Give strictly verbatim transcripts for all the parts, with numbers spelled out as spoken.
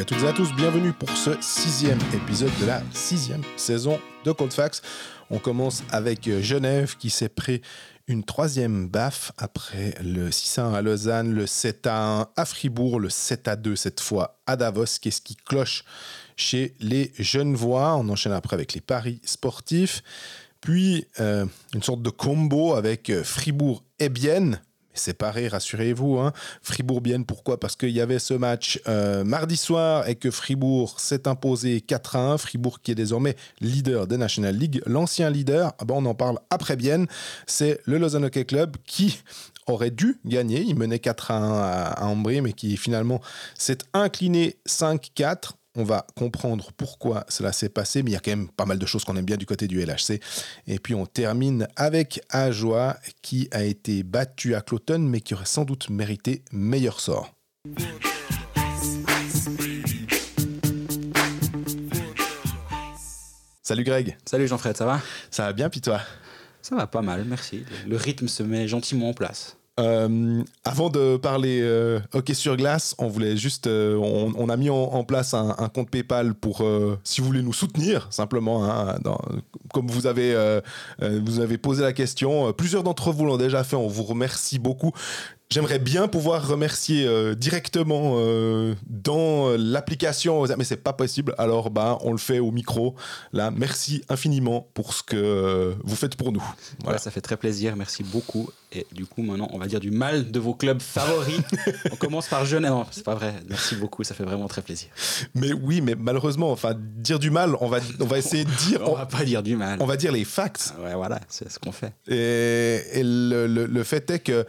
toutes et à tous, bienvenue pour ce sixième épisode de la sixième saison de Cold Facts. On commence avec Genève qui s'est pris une troisième baffe après le six à un à Lausanne, le sept à un à Fribourg, le sept à deux cette fois à Davos. Qu'est-ce qui cloche chez les Genevois? On enchaîne après avec les paris sportifs. Puis euh, une sorte de combo avec Fribourg et Bienne. Séparés, rassurez-vous. Hein. Fribourg-Bienne, pourquoi ? Parce qu'il y avait ce match euh, mardi soir et que Fribourg s'est imposé quatre à un. Fribourg qui est désormais leader de National League. L'ancien leader, ah ben on en parle après Bienne, c'est le Lausanne Hockey Club qui aurait dû gagner. Il menait quatre à un à Ambry, mais qui finalement s'est incliné cinq quatre. On va comprendre pourquoi cela s'est passé, mais il y a quand même pas mal de choses qu'on aime bien du côté du L H C. Et puis on termine avec Ajoie qui a été battu à Cloton, mais qui aurait sans doute mérité meilleur sort. Salut Greg. Salut Jean-Fred, ça va ? Ça va bien, puis toi ? Ça va pas mal, merci. Le rythme se met gentiment en place. Euh, avant de parler euh, hockey sur glace, on voulait juste, euh, on, on a mis en, en place un, un compte PayPal pour, euh, si vous voulez nous soutenir, simplement, hein, dans, comme vous avez, euh, vous avez posé la question. Plusieurs d'entre vous l'ont déjà fait, on vous remercie beaucoup. J'aimerais bien pouvoir remercier euh, directement euh, dans l'application, mais c'est pas possible. Alors, bah, on le fait au micro. Là, merci infiniment pour ce que euh, vous faites pour nous. Voilà. Voilà, ça fait très plaisir. Merci beaucoup. Et du coup, maintenant, on va dire du mal de vos clubs favoris. On commence par Genève. Non, c'est pas vrai. Merci beaucoup. Ça fait vraiment très plaisir. Mais oui, mais malheureusement, enfin, dire du mal, on va, on va essayer de dire. on, on va pas dire du mal. On va dire les facts. Ouais, voilà, c'est ce qu'on fait. Et, et le, le, le fait est que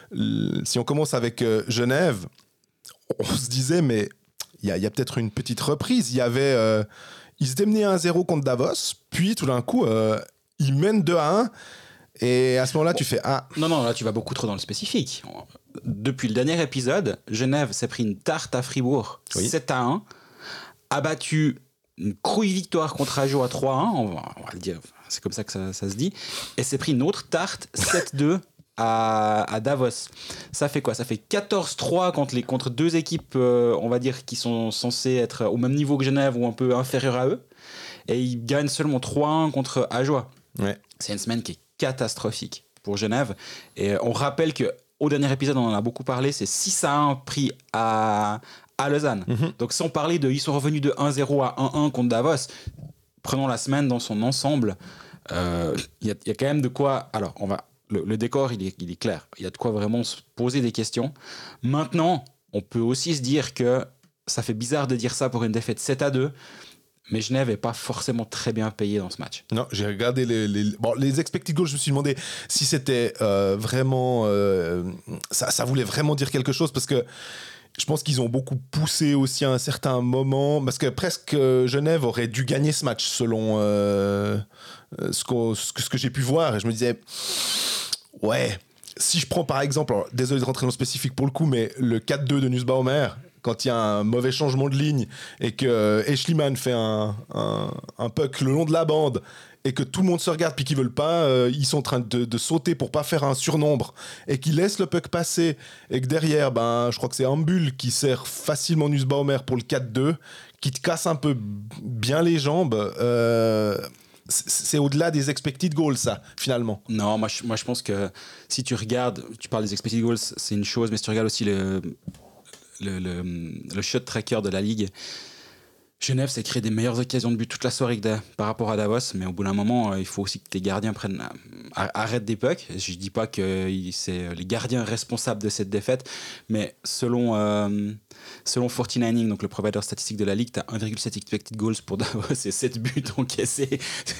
si on commence avec euh, Genève, on se disait, mais il y, y a peut-être une petite reprise. Il y avait, euh, ils s'étaient menés un zéro contre Davos, puis tout d'un coup, euh, ils mènent deux à un. Et à ce moment-là, tu fais ah. Non, non, là, tu vas beaucoup trop dans le spécifique. Depuis le dernier épisode, Genève s'est pris une tarte à Fribourg, oui. sept à un, a battu une crouille victoire contre Ajoie à trois à un, on va, on va le dire, c'est comme ça que ça, ça se dit, et s'est pris une autre tarte sept deux. À, à Davos. Ça fait quoi ? Ça fait quatorze trois contre, les, contre deux équipes, euh, on va dire, qui sont censées être au même niveau que Genève ou un peu inférieures à eux. Et ils gagnent seulement trois à un contre Ajoie. Ouais. C'est une semaine qui est catastrophique pour Genève. Et on rappelle qu'au dernier épisode, on en a beaucoup parlé, c'est six à un pris à, à Lausanne. Mm-hmm. Donc sans parler de... Ils sont revenus de un zéro à un un contre Davos. Prenons la semaine dans son ensemble. Il euh, y, y a quand même de quoi... Alors, on va... Le, le décor, il est, il est clair. Il y a de quoi vraiment se poser des questions. Maintenant, on peut aussi se dire que ça fait bizarre de dire ça pour une défaite sept à deux, mais Genève n'est pas forcément très bien payé dans ce match. Non, j'ai regardé les, les, bon, les expected goals, je me suis demandé si c'était euh, vraiment... Euh, ça, ça voulait vraiment dire quelque chose, parce que je pense qu'ils ont beaucoup poussé aussi à un certain moment, parce que presque euh, Genève aurait dû gagner ce match, selon euh, ce, ce, que, ce que j'ai pu voir. Et je me disais... Ouais, si je prends par exemple, alors, désolé de rentrer dans le spécifique pour le coup, mais le quatre deux de Nussbaumer, quand il y a un mauvais changement de ligne et que euh, Eschliman fait un, un, un puck le long de la bande et que tout le monde se regarde puis qu'ils veulent pas, euh, ils sont en train de, de sauter pour pas faire un surnombre et qu'ils laissent le puck passer et que derrière, ben, je crois que c'est Ambul qui sert facilement Nussbaumer pour le quatre deux, qui te casse un peu bien les jambes. Euh, c'est au-delà des expected goals, ça, finalement. Non, moi je, moi je pense que si tu regardes, tu parles des expected goals, c'est une chose, mais si tu regardes aussi le, le, le, le shot tracker de la Ligue, Genève s'est créé des meilleures occasions de but toute la soirée que par rapport à Davos, mais au bout d'un moment, il faut aussi que tes gardiens prennent, arrêtent des pucks. Je ne dis pas que c'est les gardiens responsables de cette défaite, mais selon, euh, selon forty-nine ing, donc le provider statistique de la Ligue, tu as un virgule sept expected goals pour Davos et sept buts encaissés.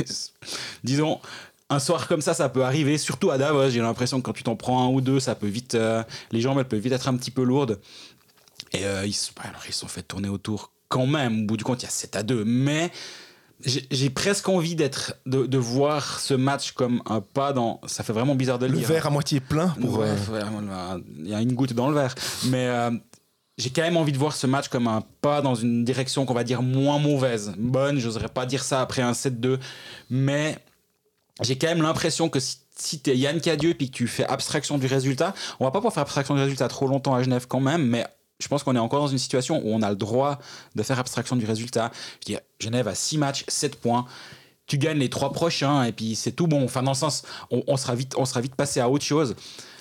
Disons, un soir comme ça, ça peut arriver, surtout à Davos. J'ai l'impression que quand tu t'en prends un ou deux, ça peut vite, euh, les jambes elles peuvent vite être un petit peu lourdes. Et euh, ils, alors, ils se sont fait tourner autour quand même. Au bout du compte, il y a sept à deux. Mais j'ai, j'ai presque envie d'être, de, de voir ce match comme un pas dans... Ça fait vraiment bizarre de le, le dire. Le verre à moitié plein. Pour ouais, euh... ouais, il y a une goutte dans le verre. Mais euh, j'ai quand même envie de voir ce match comme un pas dans une direction qu'on va dire moins mauvaise. Bonne, j'oserais pas dire ça après un sept deux. Mais j'ai quand même l'impression que si, si t'es Yann Cadieux et que tu fais abstraction du résultat, on va pas pouvoir faire abstraction du résultat trop longtemps à Genève quand même, mais je pense qu'on est encore dans une situation où on a le droit de faire abstraction du résultat. Je veux dire, Genève a six matchs, sept points. Tu gagnes les trois prochains et puis c'est tout bon. Enfin, dans le sens, on, on, sera, vite, on sera vite passé à autre chose.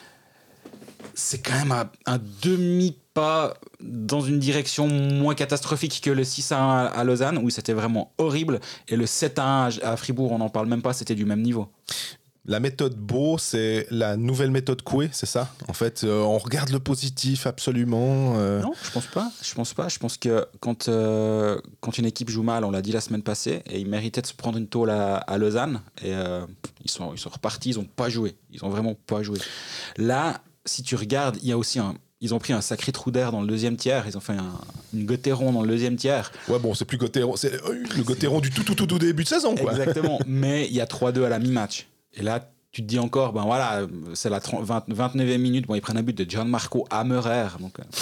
C'est quand même un, un demi-pas dans une direction moins catastrophique que le six à un à Lausanne, où c'était vraiment horrible. Et le sept à un à Fribourg, on n'en parle même pas, c'était du même niveau. La méthode Beau, c'est la nouvelle méthode Coué, c'est ça ? En fait, euh, on regarde le positif absolument. Euh... Non, je pense pas. Je pense pas. Je pense que quand, euh, quand une équipe joue mal, on l'a dit la semaine passée, et ils méritaient de se prendre une tôle à, à Lausanne, et euh, ils, sont, ils sont repartis, ils n'ont pas joué. Ils ont vraiment pas joué. Là, si tu regardes, il y a aussi un... Ils ont pris un sacré trou d'air dans le deuxième tiers. Ils ont fait un, une Gauthieron dans le deuxième tiers. Ouais, bon, c'est plus Gauthieron. C'est le Gauthieron du tout, tout, tout, tout début de saison, quoi. Exactement. Mais il y a trois deux à la mi-match. Et là, tu te dis encore, ben voilà, c'est la vingt, vingt-neuvième minute. Bon, ils prennent un but de Gianmarco Hammerer. Donc, euh,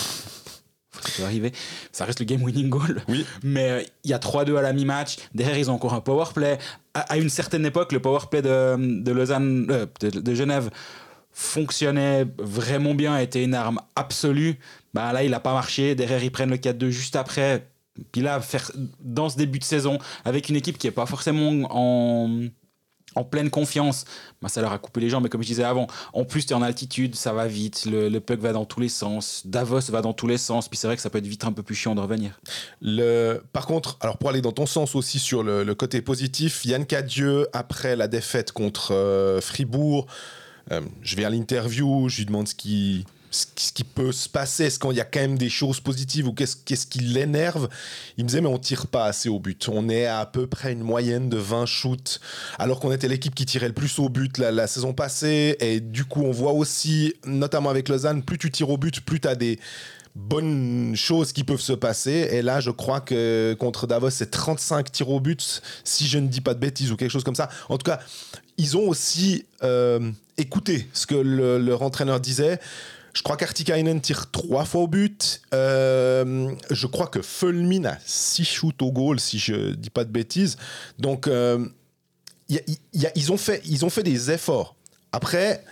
ça peut arriver. Ça reste le game-winning goal. Oui. Mais il euh, y a trois deux à la mi-match. Derrière, ils ont encore un power-play. À, à une certaine époque, le power-play de, de Lausanne, euh, de, de Genève, fonctionnait vraiment bien, était une arme absolue. Ben là, il n'a pas marché. Derrière, ils prennent le quatre deux juste après. Puis là, faire, dans ce début de saison, avec une équipe qui n'est pas forcément en, en pleine confiance, ben ça leur a coupé les jambes. Mais comme je disais avant, en plus, tu es en altitude, ça va vite, le, le puck va dans tous les sens, Davos va dans tous les sens. Puis c'est vrai que ça peut être vite un peu plus chiant de revenir. Le... Par contre, alors pour aller dans ton sens aussi sur le, le côté positif, Yann Cadieux, après la défaite contre euh, Fribourg, euh, je vais à l'interview, je lui demande ce qui... ce qui peut se passer, est-ce qu'il y a quand même des choses positives ou qu'est-ce, qu'est-ce qui l'énerve ? Il me disait mais on tire pas assez au but, on est à, à peu près une moyenne de vingt shoots alors qu'on était l'équipe qui tirait le plus au but la, la saison passée, et du coup on voit aussi, notamment avec Lausanne, plus tu tires au but, plus tu as des bonnes choses qui peuvent se passer, et là je crois que contre Davos c'est trente-cinq tirs au but si je ne dis pas de bêtises ou quelque chose comme ça. En tout cas ils ont aussi euh, écouté ce que le, leur entraîneur disait. Je crois qu'Artikainen tire trois fois au but. Euh, je crois que Fulmin a six shoots au goal, si je dis pas de bêtises. Donc, euh, y a, y a, ils, ont fait, ils ont fait des efforts. Après,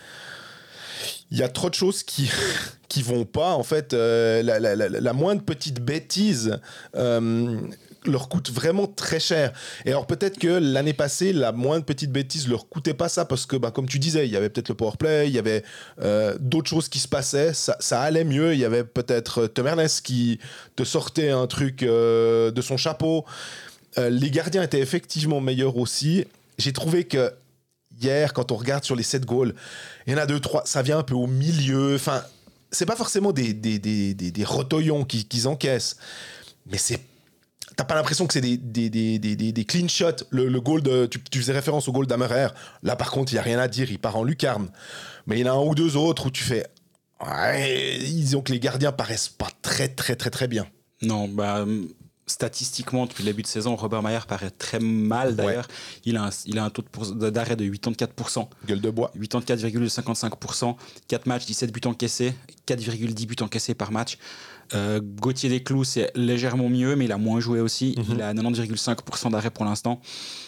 il y a trop de choses qui qui vont pas. En fait, euh, la, la, la, la moindre petite bêtise euh, leur coûte vraiment très cher. Et alors peut-être que l'année passée, la moindre petite bêtise leur coûtait pas ça, parce que bah, comme tu disais, il y avait peut-être le powerplay, il y avait euh, d'autres choses qui se passaient, ça, ça allait mieux. Il y avait peut-être Tom Ernest qui te sortait un truc euh, de son chapeau. Euh, les gardiens étaient effectivement meilleurs aussi. J'ai trouvé que hier, quand on regarde sur les sept goals, il y en a deux, trois, ça vient un peu au milieu. Enfin, c'est pas forcément des, des, des, des, des rotoyons qu'ils, qu'ils encaissent, mais c'est t'as pas l'impression que c'est des, des, des, des, des clean shots. Le, le goal de, tu, tu faisais référence au goal d'Hammerer. Là, par contre, il n'y a rien à dire. Il part en lucarne. Mais il y en a un ou deux autres où tu fais... Ouais, disons que les gardiens paraissent pas très, très, très, très bien. Non, bah... Statistiquement, depuis le début de saison, Robert Mayer paraît très mal d'ailleurs. Ouais. Il, a un, il a un taux de pour, d'arrêt de quatre-vingt-quatorze pour cent. Gueule de bois. quatre-vingt-quatorze virgule cinquante-cinq pour cent. quatre matchs, dix-sept buts encaissés. quatre virgule dix buts encaissés par match. Euh, Gauthier Desclous, c'est légèrement mieux, mais il a moins joué aussi. Mm-hmm. Il a quatre-vingt-dix virgule cinq pour cent d'arrêt pour l'instant.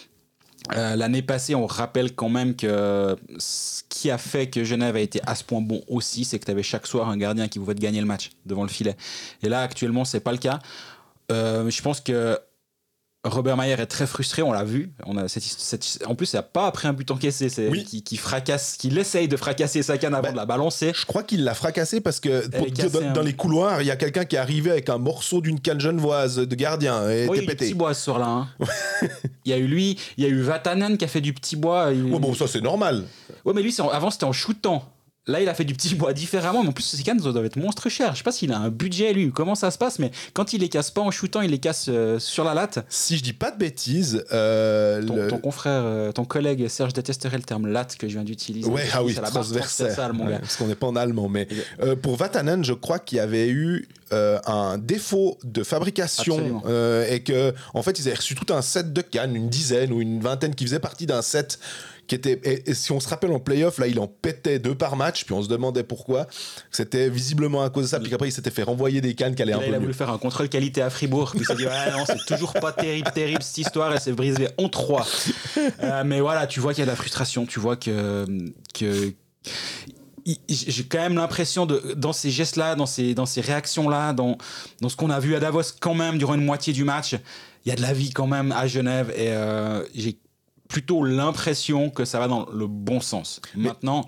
Euh, l'année passée, on rappelle quand même que ce qui a fait que Genève a été à ce point bon aussi, c'est que tu avais chaque soir un gardien qui pouvait te gagner le match devant le filet. Et là, actuellement, c'est pas le cas. Euh, je pense que Robert Mayer est très frustré, on l'a vu. On a cette, cette, en plus, il n'a pas après un but encaissé, c'est oui. qui, qui fracasse, qui essaye de fracasser sa canne avant ben, de la balancer. Je crois qu'il l'a fracassé parce que pour dire, dans, dans les couloirs, il y a quelqu'un qui est arrivé avec un morceau d'une canne genevoise de gardien et oui, était pété. Il y a eu du petit bois ce soir-là. Hein. Il y a eu lui, il y a eu Vatanen qui a fait du petit bois. Il... Ouais, bon, ça c'est normal. Ouais, mais lui, c'est en, avant c'était en shootant. Là, il a fait du petit bois différemment, mais en plus, ces cannes doivent être monstre chères. Je sais pas s'il a un budget, lui, comment ça se passe, mais quand il les casse pas en shootant, il les casse euh, sur la latte. Si je dis pas de bêtises, euh, ton, le... ton confrère, euh, ton collègue Serge détesterait le terme latte que je viens d'utiliser. Ouais, ah oui, c'est transversal, mon ouais, gars. parce qu'on n'est pas en allemand. Mais euh, pour Vatanen, je crois qu'il y avait eu euh, un défaut de fabrication euh, et que, en fait, ils avaient reçu tout un set de cannes, une dizaine ou une vingtaine qui faisait partie d'un set. Qui était, et, et si on se rappelle en play-off, là, il en pétait deux par match, puis on se demandait pourquoi. C'était visiblement à cause de ça, puis qu'après, il s'était fait renvoyer des cannes qui allaient un peu mieux. Il a voulu faire un contrôle qualité à Fribourg, puis il s'est dit, ouais, non, c'est toujours pas terrible, terrible cette histoire, elle s'est brisée en trois. Euh, mais voilà, tu vois qu'il y a de la frustration, tu vois que. que j'ai quand même l'impression de dans ces gestes là, dans ces dans ces réactions là, dans dans ce qu'on a vu à Davos quand même durant une moitié du match, il y a de la vie quand même à Genève et euh, j'ai plutôt l'impression que ça va dans le bon sens. Mais maintenant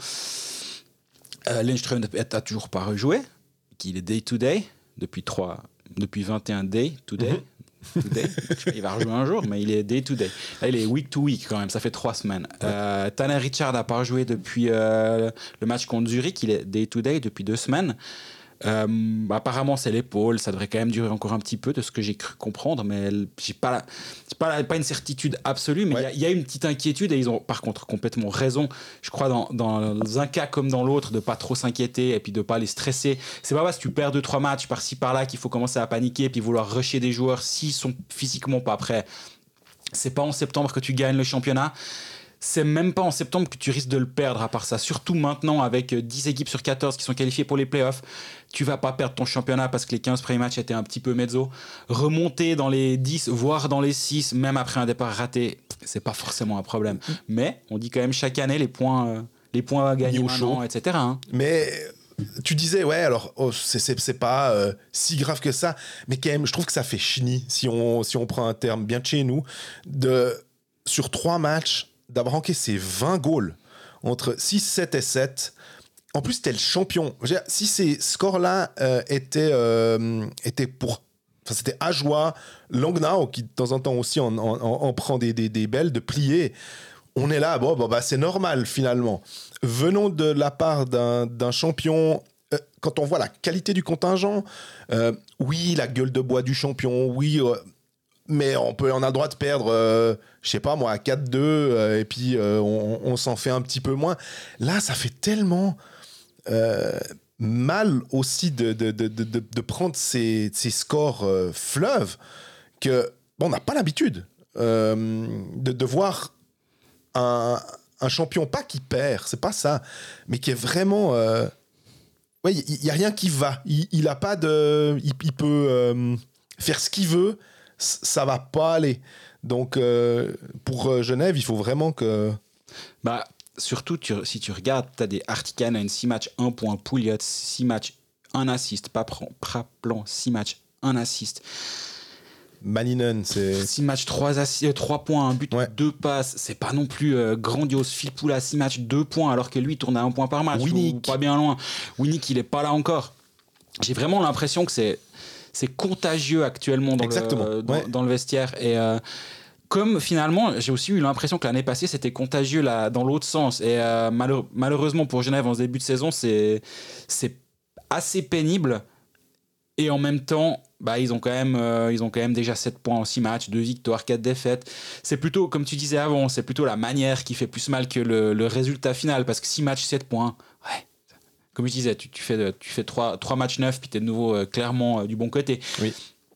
euh, Lindström n'a toujours pas rejoué, qu'il est day to day depuis trois depuis vingt et un day to day. Mm-hmm. Today. Il va rejouer un jour, mais il est day to day. Là, il est week to week quand même, ça fait trois semaines. Ouais. Euh, Tanner Richard n'a pas joué depuis euh, le match contre Zurich, il est day to day depuis deux semaines. Euh, apparemment, c'est l'épaule, ça devrait quand même durer encore un petit peu de ce que j'ai cru comprendre, mais j'ai pas, la, j'ai pas, la, pas une certitude absolue, mais il ouais. y, y a une petite inquiétude et ils ont par contre complètement raison. Je crois dans, dans un cas comme dans l'autre, de pas trop s'inquiéter et puis de pas les stresser. C'est pas parce que tu perds deux trois matchs par-ci par-là qu'il faut commencer à paniquer et puis vouloir rusher des joueurs s'ils sont physiquement pas prêts. C'est pas en septembre que tu gagnes le championnat. C'est même pas en septembre que tu risques de le perdre à part ça. Surtout maintenant avec dix équipes sur quatorze qui sont qualifiées pour les playoffs. Tu vas pas perdre ton championnat parce que les quinze premiers matchs étaient un petit peu mezzo. Remonter dans les dix, voire dans les six, même après un départ raté, c'est pas forcément un problème. Mais on dit quand même chaque année les points, euh, les points à gagner au chaud, et cetera. Hein. Mais tu disais, ouais, alors oh, c'est, c'est, c'est pas euh, si grave que ça. Mais quand même, je trouve que ça fait chenille, si on, si on prend un terme bien de chez nous, de, sur trois matchs, d'avoir encaissé vingt goals entre six, sept et sept. En plus, c'était le champion. Je veux dire, si ces scores-là euh, étaient, euh, étaient pour... Enfin, c'était Ajoie, Langnau, qui de temps en temps aussi en, en, en prend des, des, des belles, de plier. On est là, bon, bon bah, c'est normal finalement. Venons de la part d'un, d'un champion... Euh, quand on voit la qualité du contingent, euh, oui, la gueule de bois du champion, oui... Euh, mais on, peut, on a le droit de perdre, euh, je sais pas moi, à quatre deux, euh, et puis euh, on, on s'en fait un petit peu moins. Là, ça fait tellement euh, mal aussi de, de, de, de, de prendre ces, ces scores euh, fleuves que bon, on n'a pas l'habitude euh, de, de voir un, un champion, pas qui perd, c'est pas ça, mais qui est vraiment... Euh, ouais, il n'y a rien qui va. Il, il a pas de... Il, il peut euh, faire ce qu'il veut, ça va pas aller. Donc euh, pour Genève, il faut vraiment que... Bah, surtout, tu, si tu regardes, tu as des Artikainen, six matchs, un point, Pouliot, six matchs, un assist, Praplan, six matchs, un assist. Maninen, c'est... six matchs, trois, assi- trois points, un but, ouais. deux passes. C'est pas non plus euh, grandiose. Philpoula, six matchs, deux points, alors que lui, il tourne à un point par match. Winnick. Ou, ou pas bien loin. Winnick, il est pas là encore. J'ai vraiment l'impression que c'est... c'est contagieux actuellement dans, le, dans, ouais. dans le vestiaire. Et euh, comme finalement, j'ai aussi eu l'impression que l'année passée, c'était contagieux là, dans l'autre sens. Et euh, malheure, malheureusement pour Genève, en ce début de saison, c'est, c'est assez pénible. Et en même temps, bah, ils, ont quand même, euh, ils ont quand même déjà sept points en six matchs, deux victoires, quatre défaites. C'est plutôt, comme tu disais avant, c'est plutôt la manière qui fait plus mal que le, le résultat final. Parce que six matchs, sept points, ouais. Comme je disais, tu, tu fais, tu fais trois, trois matchs neufs, puis tu es de nouveau euh, clairement euh, du bon côté. Oui.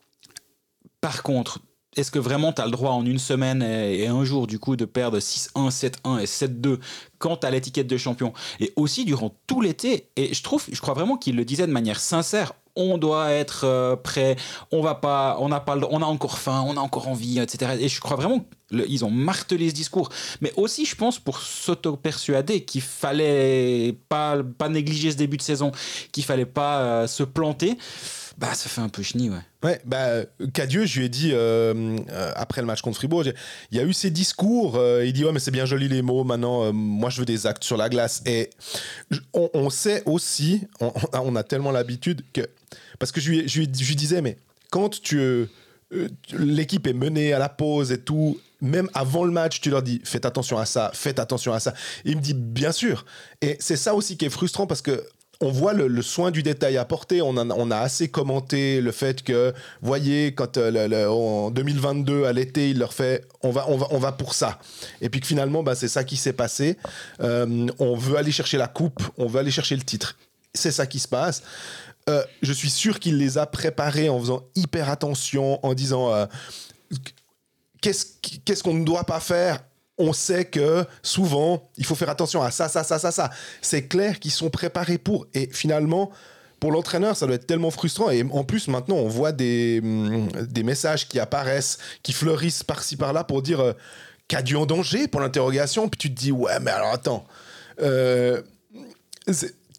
Par contre, est-ce que vraiment tu as le droit en une semaine et, et un jour, du coup, de perdre six un, sept un et sept deux quand tu as l'étiquette de champion? Et aussi durant tout l'été, et je trouve, je crois vraiment qu'il le disait de manière sincère, on doit être euh, prêt, on va pas, on a pas, le, on a encore faim, on a encore envie, et cetera. Et je crois vraiment qu'ils ont martelé ce discours. Mais aussi, je pense, pour s'auto-persuader qu'il fallait pas, pas négliger ce début de saison, qu'il fallait pas euh, se planter. Bah, ça fait un peu chenille, ouais. Ouais, bah, Cadieux, je lui ai dit, euh, euh, après le match contre Fribourg, il y a eu ces discours, euh, il dit, ouais, mais c'est bien joli les mots, maintenant, euh, moi, je veux des actes sur la glace. Et on, on sait aussi, on, on a tellement l'habitude que... Parce que je lui, je lui, je lui disais, mais quand tu, euh, l'équipe est menée à la pause et tout, même avant le match, tu leur dis, faites attention à ça, faites attention à ça. Et il me dit, bien sûr. Et c'est ça aussi qui est frustrant parce que on voit le, le soin du détail apporté. On, en, on a assez commenté le fait que, voyez, quand euh, le, le, en deux mille vingt-deux, à l'été, il leur fait on va, on va, on va pour ça. Et puis que finalement, bah, c'est ça qui s'est passé. Euh, on veut aller chercher la coupe, on veut aller chercher le titre. C'est ça qui se passe. Euh, je suis sûr qu'il les a préparés en faisant hyper attention, en disant euh, qu'est-ce, qu'est-ce qu'on ne doit pas faire. On sait que souvent, il faut faire attention à ça, ça, ça, ça, ça. C'est clair qu'ils sont préparés pour. Et finalement, pour l'entraîneur, ça doit être tellement frustrant. Et en plus, maintenant, on voit des, des messages qui apparaissent, qui fleurissent par-ci, par-là pour dire euh, Cadieux en danger pour l'interrogation. Puis tu te dis, ouais, mais alors attends. Euh,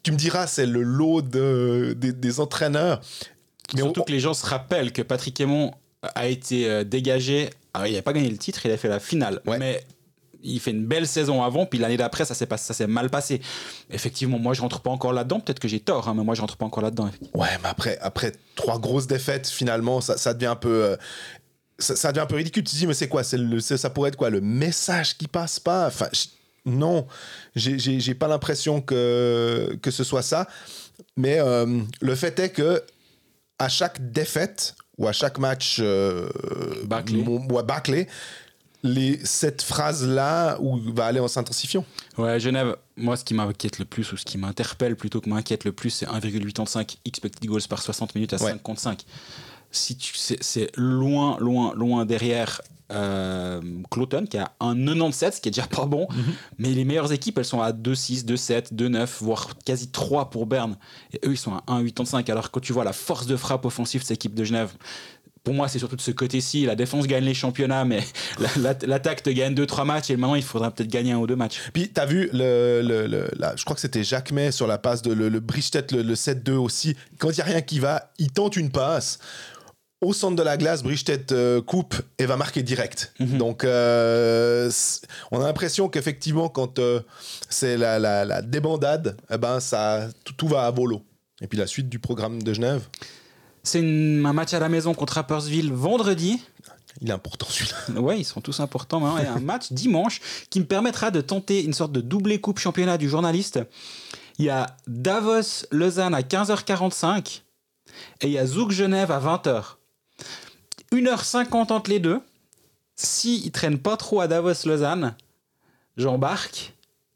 tu me diras, c'est le lot de, des, des entraîneurs. Mais Surtout on... que les gens se rappellent que Patrick Aymon a été euh, dégagé. Alors, il n'a pas gagné le titre, il a fait la finale. Ouais. Mais il fait une belle saison avant, puis l'année d'après, ça s'est, pas, ça s'est mal passé. Effectivement, moi, je ne rentre pas encore là-dedans. Peut-être que j'ai tort, hein, mais moi, je ne rentre pas encore là-dedans. Ouais, mais après, après trois grosses défaites, finalement, ça, ça devient un peu... Euh, ça, ça devient un peu ridicule. Tu te dis, mais c'est quoi c'est le, c'est, ça pourrait être quoi? Le message qui passe pas? Enfin, je, non. J'ai, j'ai, j'ai pas l'impression que, que ce soit ça. Mais euh, le fait est que à chaque défaite ou à chaque match euh, bâclé, ou à bâclé, les, cette phrase-là où va aller en s'intensifiant. Ouais, Genève, moi, ce qui m'inquiète le plus, ou ce qui m'interpelle plutôt que m'inquiète le plus, c'est un virgule quatre-vingt-cinq expected goals par soixante minutes à ouais. cinq contre cinq. Si tu, c'est, c'est loin, loin, loin derrière euh, Cloton, qui a un quatre-vingt-dix-sept, ce qui est déjà pas bon. Mm-hmm. Mais les meilleures équipes, elles sont à deux six, deux sept, deux neuf, voire quasi trois pour Berne. Et eux, ils sont à un virgule quatre-vingt-cinq. Alors, quand tu vois la force de frappe offensive de cette équipe de Genève, pour moi, c'est surtout de ce côté-ci. La défense gagne les championnats, mais la, la, l'attaque te gagne deux trois matchs et maintenant, il faudra peut-être gagner un ou deux matchs. Puis, tu as vu, le, le, le, la, je crois que c'était Jacques May sur la passe de le, le Bridgestedt, le, le sept deux aussi. Quand il n'y a rien qui va, il tente une passe. Au centre de la glace, Bridgestedt euh, coupe et va marquer direct. Mm-hmm. Donc, euh, on a l'impression qu'effectivement, quand euh, c'est la, la, la débandade, eh ben, ça, tout, tout va à volo. Et puis, la suite du programme de Genève. C'est une, un match à la maison contre Rapperswil vendredi. Il est important celui-là. Oui, ils sont tous importants. Maintenant. Il y a un match dimanche qui me permettra de tenter une sorte de doublé coupe championnat du journaliste. Il y a Davos-Lausanne à quinze heures quarante-cinq et il y a Zouk Genève à vingt heures. une heure cinquante entre les deux. S'ils ne traînent pas trop à Davos-Lausanne, j'embarque.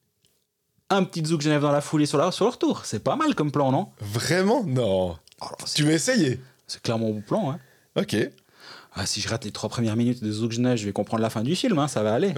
Un petit Zouk Genève dans la foulée sur, la, sur le retour. C'est pas mal comme plan, non? Vraiment? Non. Alors, tu veux essayer? C'est clairement mon plan. Hein. Ok. Ah, si je rate les trois premières minutes de Zouk Genève, je vais comprendre la fin du film. Hein, ça va aller.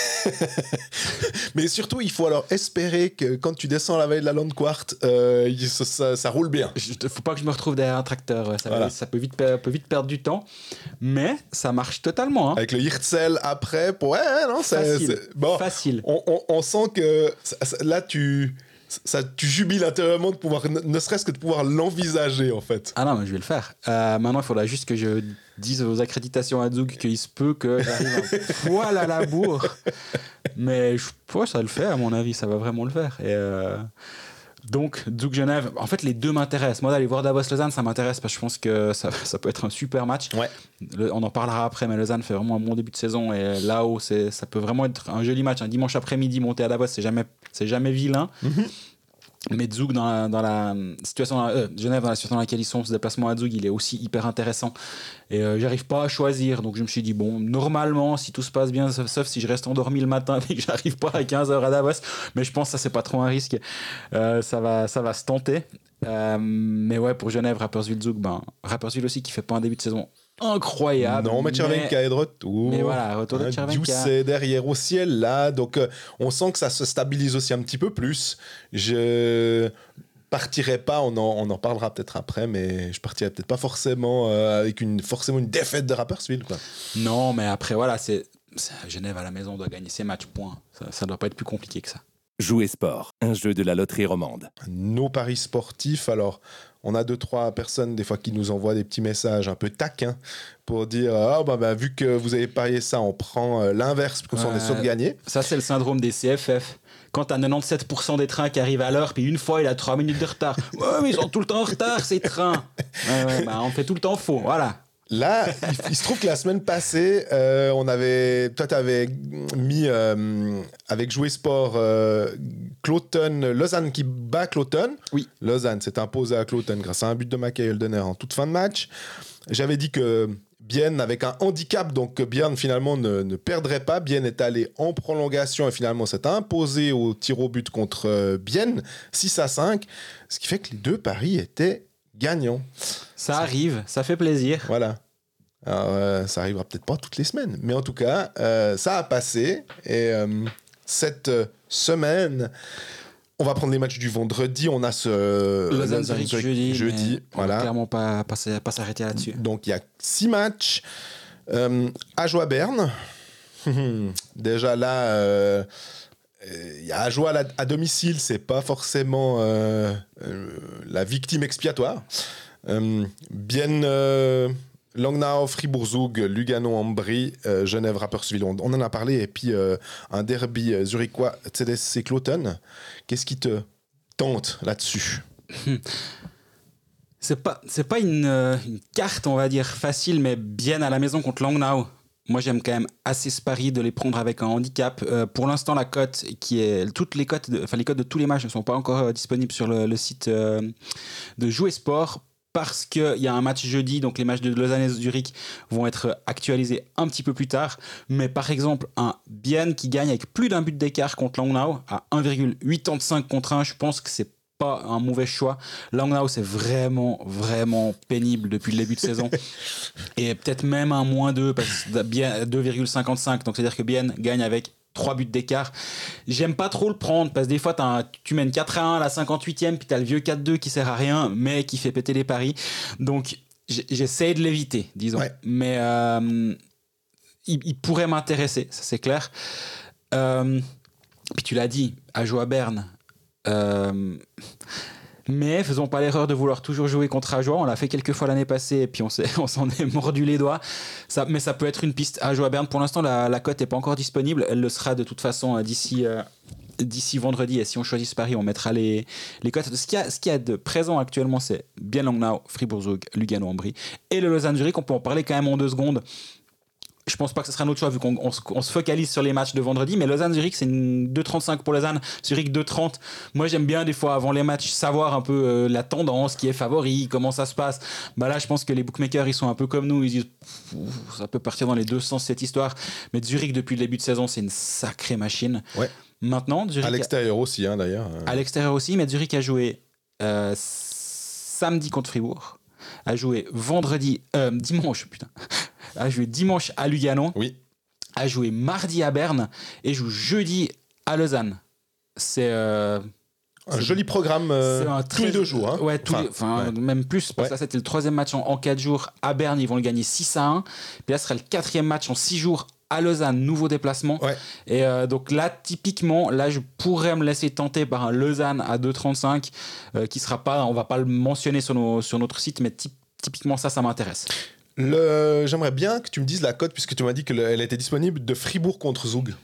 Mais surtout, il faut alors espérer que quand tu descends la veille de la Landquart, euh, ça, ça, ça roule bien. Il ne faut pas que je me retrouve derrière un tracteur. Ça, voilà. ça peut, vite, peut vite perdre du temps. Mais ça marche totalement. Hein. Avec le Hirtzel après. Pour... Ouais, non, c'est, Facile. C'est... Bon, Facile. On, on, on sent que ça, ça, là, tu... Ça, tu jubiles intérieurement de pouvoir, ne, ne serait-ce que de pouvoir l'envisager en fait. Ah non, mais je vais le faire. Euh, maintenant, il faudra juste que je dise aux accréditations à Zouk qu'il se peut que j'arrive un poil à la bourre. Mais je, ouais, ça le fait, à mon avis, ça va vraiment le faire. Et euh, donc, Zouk Genève, en fait, les deux m'intéressent. Moi, d'aller voir Davos-Lausanne, ça m'intéresse parce que je pense que ça, ça peut être un super match. Ouais. Le, on en parlera après, mais Lausanne fait vraiment un bon début de saison. Et là-haut, c'est, ça peut vraiment être un joli match. Un dimanche après-midi, monter à Davos, c'est jamais, c'est jamais vilain. Mm-hmm. Mais Zouk dans la, dans la situation dans la, euh, Genève dans la situation dans laquelle ils sont, ce déplacement à Zouk il est aussi hyper intéressant et euh, j'arrive pas à choisir, donc je me suis dit bon, normalement si tout se passe bien, sauf, sauf si je reste endormi le matin et que j'arrive pas à quinze heures à Davos, mais je pense que ça c'est pas trop un risque, euh, ça va ça va se tenter. Euh, mais ouais, pour Genève, Rapperswil, Zouk, ben Rapperswil aussi qui fait pas un début de saison incroyable. Non, mais Červenka est de retour. Mais voilà, retour de Červenka. Diouf est derrière au ciel là, donc euh, on sent que ça se stabilise aussi un petit peu plus. Je partirai pas, on en, on en parlera peut-être après, mais je partirai peut-être pas forcément euh, avec une forcément une défaite de Rapperswil quoi. Non, mais après voilà, c'est, c'est Genève à la maison doit gagner ses matchs, point. Ça, ça doit pas être plus compliqué que ça. Jouer Sport, un jeu de la loterie romande. Nos paris sportifs, alors on a deux, trois personnes des fois qui nous envoient des petits messages un peu taquins pour dire ah oh, bah, bah vu que vous avez parié ça, on prend euh, l'inverse parce qu'on ouais, est sûr de gagner. Ça c'est le syndrome des C F F. Quand t'as quatre-vingt-dix-sept pour cent des trains qui arrivent à l'heure, puis une fois il a trois minutes de retard. Ouais mais ils sont tout le temps en retard ces trains. Ouais, ouais, bah, on fait tout le temps faux, voilà. Là, il, il se trouve que la semaine passée, euh, on avait, toi, tu avais mis euh, avec Jouer Sport euh, Cloton, Lausanne qui bat Cloton. Oui. Lausanne s'est imposée à Cloton grâce à un but de Mackay Holdener en toute fin de match. J'avais dit que Bienne, avec un handicap, donc que Bienne finalement ne, ne perdrait pas. Bienne est allé en prolongation et finalement s'est imposé au tir au but contre euh, Bienne, six à cinq. Ce qui fait que les deux paris étaient gagnants. Ça arrive, ça fait plaisir. Voilà. Alors, euh, ça arrivera peut-être pas toutes les semaines, mais en tout cas, euh, ça a passé. Et euh, cette semaine, on va prendre les matchs du vendredi. On a ce Lausanne-Zurich jeudi. jeudi voilà. On va clairement pas, pas, pas s'arrêter là-dessus. Donc il y a six matchs. Euh, Ajoie Berne. Déjà là. Euh, Il y a Ajoie à, à domicile, c'est pas forcément euh, euh, la victime expiatoire. Euh, bien euh, Langnau, Fribourg-Zug, Lugano-Ambry, euh, Genève-Rapperswil, on, on en a parlé, et puis euh, un derby euh, zurichois, C D C Cloton. Qu'est-ce qui te tente là-dessus? C'est pas, c'est pas une, euh, une carte, on va dire, facile, mais bien à la maison contre Langnau. Moi, j'aime quand même assez ce pari de les prendre avec un handicap. Euh, pour l'instant, la cote qui est toutes les cotes, enfin les cotes de tous les matchs ne sont pas encore euh, disponibles sur le, le site euh, de Jouer Sport parce qu'il y a un match jeudi, donc les matchs de Lausanne et Zurich vont être actualisés un petit peu plus tard. Mais par exemple, un Bienne qui gagne avec plus d'un but d'écart contre Langnau à un virgule quatre-vingt-quinze contre un, je pense que c'est pas un mauvais choix. Langnau, c'est vraiment, vraiment pénible depuis le début de saison. Et peut-être même un moins deux, parce que bien deux virgule cinquante-cinq. Donc, c'est-à-dire que Bienne gagne avec trois buts d'écart. J'aime pas trop le prendre, parce que des fois, t'as un, tu mènes quatre à un à la cinquante-huitième, puis t'as le vieux quatre deux qui sert à rien, mais qui fait péter les paris. Donc, j'essaie de l'éviter, disons. Ouais. Mais euh, il, il pourrait m'intéresser, ça c'est clair. Euh, puis tu l'as dit, Ajoie Berne. Euh, mais faisons pas l'erreur de vouloir toujours jouer contre Ajoie. On l'a fait quelques fois l'année passée et puis on, s'est, on s'en est mordu les doigts. Ça, mais ça peut être une piste. Ajoie Berne, pour l'instant, la, la cote n'est pas encore disponible. Elle le sera de toute façon d'ici, euh, d'ici vendredi. Et si on choisit ce pari, on mettra les, les cotes. Ce qu'il y a, ce qu'il y a de présent actuellement, c'est bien Langnau, Fribourg-Zug, Lugano-Ambry et le Lausanne-Zurich. On peut en parler quand même en deux secondes. Je pense pas que ce sera notre choix vu qu'on on, on se focalise sur les matchs de vendredi, mais Lausanne-Zurich c'est une deux virgule trente-cinq pour Lausanne, Zurich deux virgule trente. Moi j'aime bien des fois avant les matchs savoir un peu euh, la tendance, qui est favori, comment ça se passe. Bah là je pense que les bookmakers ils sont un peu comme nous, ils disent ça peut partir dans les deux sens cette histoire, mais Zurich depuis le début de saison c'est une sacrée machine. Ouais. Maintenant Zurich à l'extérieur a... aussi hein, d'ailleurs. À l'extérieur aussi, mais Zurich a joué euh, samedi contre Fribourg, a joué vendredi, euh, dimanche putain. a joué dimanche à Lugano, oui. a joué mardi à Berne et joue jeudi à Lausanne. C'est euh, un c'est, joli programme euh, un tous les deux jours. Hein. Ouais, tous enfin, les, ouais. Même plus, parce que ouais. Là c'était le troisième match en, en quatre jours à Berne, ils vont le gagner six à un. Puis là ce sera le quatrième match en six jours à Lausanne, nouveau déplacement. Ouais. Et euh, donc là, typiquement, là je pourrais me laisser tenter par un Lausanne à deux virgule trente-cinq, euh, qui sera pas, on va pas le mentionner sur, nos, sur notre site, mais typ, typiquement ça, ça m'intéresse. Le... J'aimerais bien que tu me dises la cote, puisque tu m'as dit qu'elle était disponible, de Fribourg contre Zug.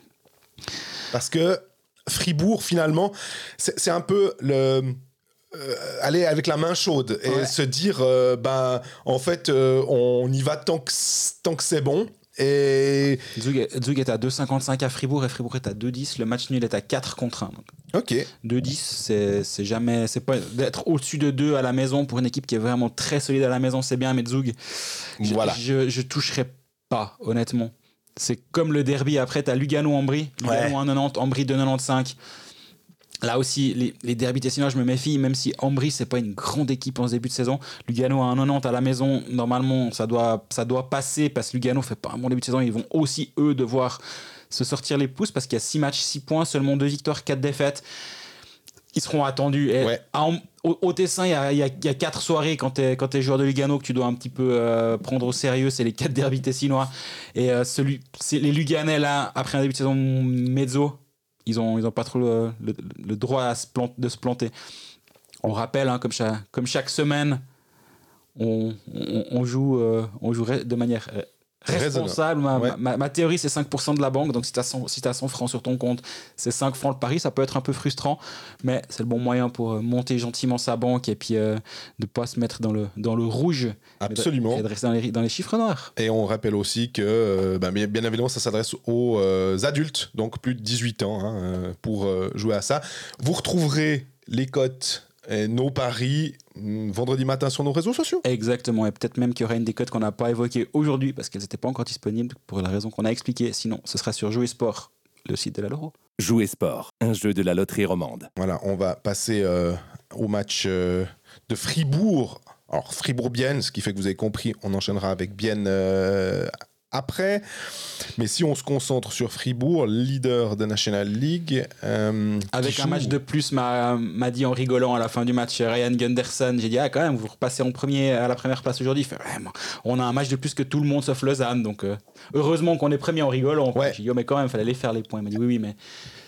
Parce que Fribourg, finalement, c'est, c'est un peu le... Euh, aller avec la main chaude et ouais. se dire, euh, ben, en fait, euh, on y va tant que, tant que c'est bon. Et... Zug, Zug est à deux virgule cinquante-cinq à Fribourg et Fribourg est à deux virgule dix. Le match nul est à quatre contre un. Donc. Ok. deux virgule dix, c'est, c'est jamais. C'est pas, d'être au-dessus de deux à la maison pour une équipe qui est vraiment très solide à la maison, c'est bien, mais Zug, voilà. je, je, je toucherai pas, honnêtement. C'est comme le derby après, t'as Lugano-Ambry. Lugano ouais. un virgule quatre-vingt-dix, Ambry deux virgule quatre-vingt-quinze. Là aussi, les, les derbys tessinois, je me méfie, même si Ambry, c'est pas une grande équipe en ce début de saison. Lugano à un virgule quatre-vingt-dix à la maison, normalement, ça doit, ça doit passer parce que Lugano fait pas un bon début de saison. Ils vont aussi, eux, devoir se sortir les pouces parce qu'il y a six matchs, six points, seulement deux victoires, quatre défaites. Ils seront attendus. Et ouais. à, au, au Tessin, il y a, il y, a, il y a quatre soirées quand t'es, quand t'es joueur de Lugano que tu dois un petit peu euh, prendre au sérieux. C'est les quatre derbys tessinois. Et euh, celui, c'est les Luganais, là, après un début de saison mezzo, ils n'ont ils ont pas trop le, le, le droit à se planter, de se planter. On rappelle, hein, comme, chaque, comme chaque semaine, on, on, on, joue, euh, on joue de manière responsable. Ma, ouais. ma, ma théorie, c'est cinq pour cent de la banque. Donc, si tu as cent, si tu as cent francs sur ton compte, c'est cinq francs le pari. Ça peut être un peu frustrant, mais c'est le bon moyen pour monter gentiment sa banque et puis euh, de ne pas se mettre dans le, dans le rouge. Absolument. Et de rester dans les, dans les chiffres noirs. Et on rappelle aussi que, euh, ben, bien évidemment, ça s'adresse aux euh, adultes, donc plus de dix-huit ans, hein, pour euh, jouer à ça. Vous retrouverez les cotes et nos paris vendredi matin sur nos réseaux sociaux. Exactement, et peut-être même qu'il y aura une des cotes qu'on n'a pas évoquées aujourd'hui parce qu'elles n'étaient pas encore disponibles pour la raison qu'on a expliquée. Sinon, ce sera sur Jouer Sport, le site de la Loro. Jouer Sport, un jeu de la loterie romande. Voilà, on va passer euh, au match euh, de Fribourg. Alors, Fribourg-Bienne, ce qui fait que vous avez compris, on enchaînera avec Bienne euh, après. Mais si on se concentre sur Fribourg, leader de National League. Euh, avec un joue... match de plus, m'a, m'a dit en rigolant à la fin du match Ryan Gunderson. J'ai dit, ah, quand même, vous repassez en premier, à la première place aujourd'hui. Il fait, ouais, on a un match de plus que tout le monde sauf Lausanne. Donc, euh, heureusement qu'on est premier en rigolant. Ouais. J'ai dit, oh, mais quand même, il fallait les faire les points. Il m'a dit, oui, oui, mais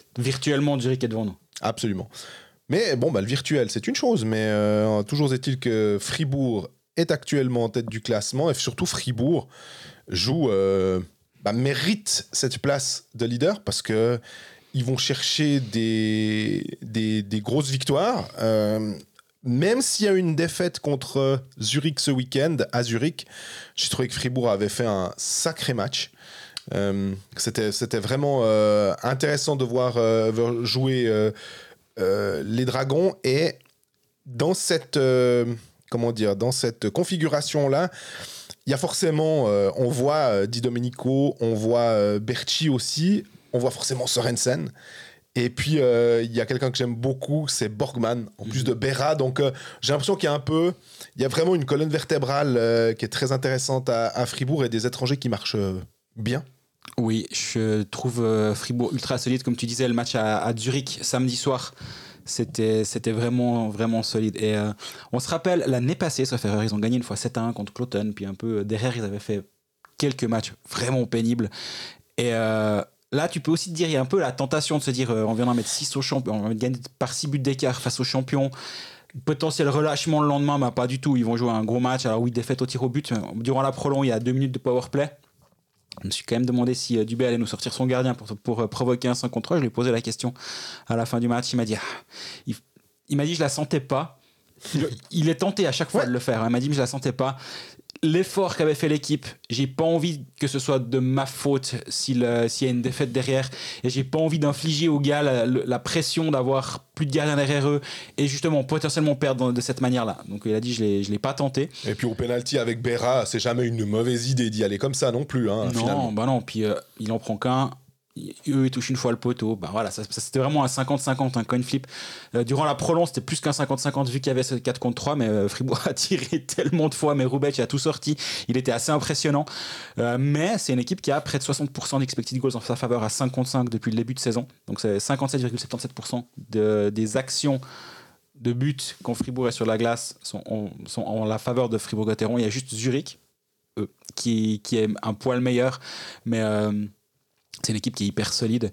virtuellement, Zurich est devant nous. Absolument. Mais bon, bah, le virtuel, c'est une chose. Mais euh, toujours est-il que Fribourg est actuellement en tête du classement. Et surtout, Fribourg joue, euh, bah, mérite cette place de leader parce qu'ils vont chercher des, des, des grosses victoires. Euh, même s'il y a une défaite contre Zurich ce week-end, à Zurich, j'ai trouvé que Fribourg avait fait un sacré match. Euh, c'était, c'était vraiment euh, intéressant de voir euh, jouer euh, euh, les Dragons. Et dans cette, euh, comment dire, dans cette configuration-là, il y a forcément, euh, on voit euh, Di Domenico, on voit euh, Berchi aussi, on voit forcément Sorensen. Et puis, euh, il y a quelqu'un que j'aime beaucoup, c'est Borgman, en plus de Berra. Donc, euh, j'ai l'impression qu'il y a un peu... Il y a vraiment une colonne vertébrale euh, qui est très intéressante à, à Fribourg et des étrangers qui marchent euh, bien. Oui, je trouve euh, Fribourg ultra solide. Comme tu disais, le match à, à Zurich, samedi soir, c'était, c'était vraiment, vraiment solide. Et euh, on se rappelle, l'année passée, sauf erreur, ils ont gagné une fois sept à un contre Cloton. Puis un peu derrière, ils avaient fait quelques matchs vraiment pénibles. Et... Euh, Là, tu peux aussi te dire, il y a un peu la tentation de se dire, euh, on vient d'en mettre six au champion, on va gagner par six buts d'écart face aux champions. Potentiel relâchement le lendemain, mais pas du tout. Ils vont jouer un gros match. Alors oui, défaite au tir au but. Durant la prolongue, il y a deux minutes de powerplay. Je me suis quand même demandé si euh, Dubé allait nous sortir son gardien pour, pour euh, provoquer un cinq contre trois. Je lui ai posé la question à la fin du match. Il m'a dit, ah, il, il m'a dit, je la sentais pas. Il, il est tenté à chaque fois ouais. de le faire. Il m'a dit, mais je la sentais pas. L'effort qu'avait fait l'équipe, j'ai pas envie que ce soit de ma faute s'il, euh, s'il y a une défaite derrière, et j'ai pas envie d'infliger aux gars la, la pression d'avoir plus de gardiens derrière eux et justement potentiellement perdre de cette manière-là. Donc il a dit je l'ai, je l'ai pas tenté. Et puis au penalty avec Berra, c'est jamais une mauvaise idée d'y aller comme ça non plus. Hein, non, finalement. bah non. Puis euh, il en prend qu'un. Eux, ils touchent une fois le poteau. Bah voilà, ça, ça, c'était vraiment un cinquante cinquante, un coin flip. Euh, durant la prolonge, c'était plus qu'un cinquante cinquante vu qu'il y avait ce quatre contre trois, mais euh, Fribourg a tiré tellement de fois, mais Rubec a tout sorti. Il était assez impressionnant. Euh, mais c'est une équipe qui a près de soixante pour cent d'expected goals en sa faveur à cinq contre cinq depuis le début de saison. Donc c'est cinquante-sept virgule soixante-dix-sept pour cent de, des actions de but quand Fribourg est sur la glace sont en, sont en la faveur de Fribourg-Gotteron. Il y a juste Zurich eux, qui, qui est un poil meilleur, mais... Euh, c'est une équipe qui est hyper solide.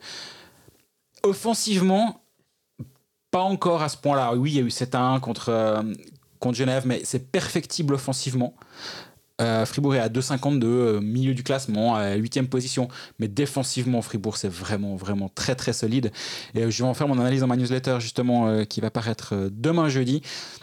Offensivement, pas encore à ce point-là. Oui, il y a eu sept à un contre, euh, contre Genève, mais c'est perfectible offensivement. Euh, Fribourg est à deux virgule cinquante-deux, euh, milieu du classement, à huitième position. Mais défensivement, Fribourg, c'est vraiment, vraiment très, très solide. Et euh, je vais en faire mon analyse dans ma newsletter, justement, euh, qui va paraître euh, demain jeudi.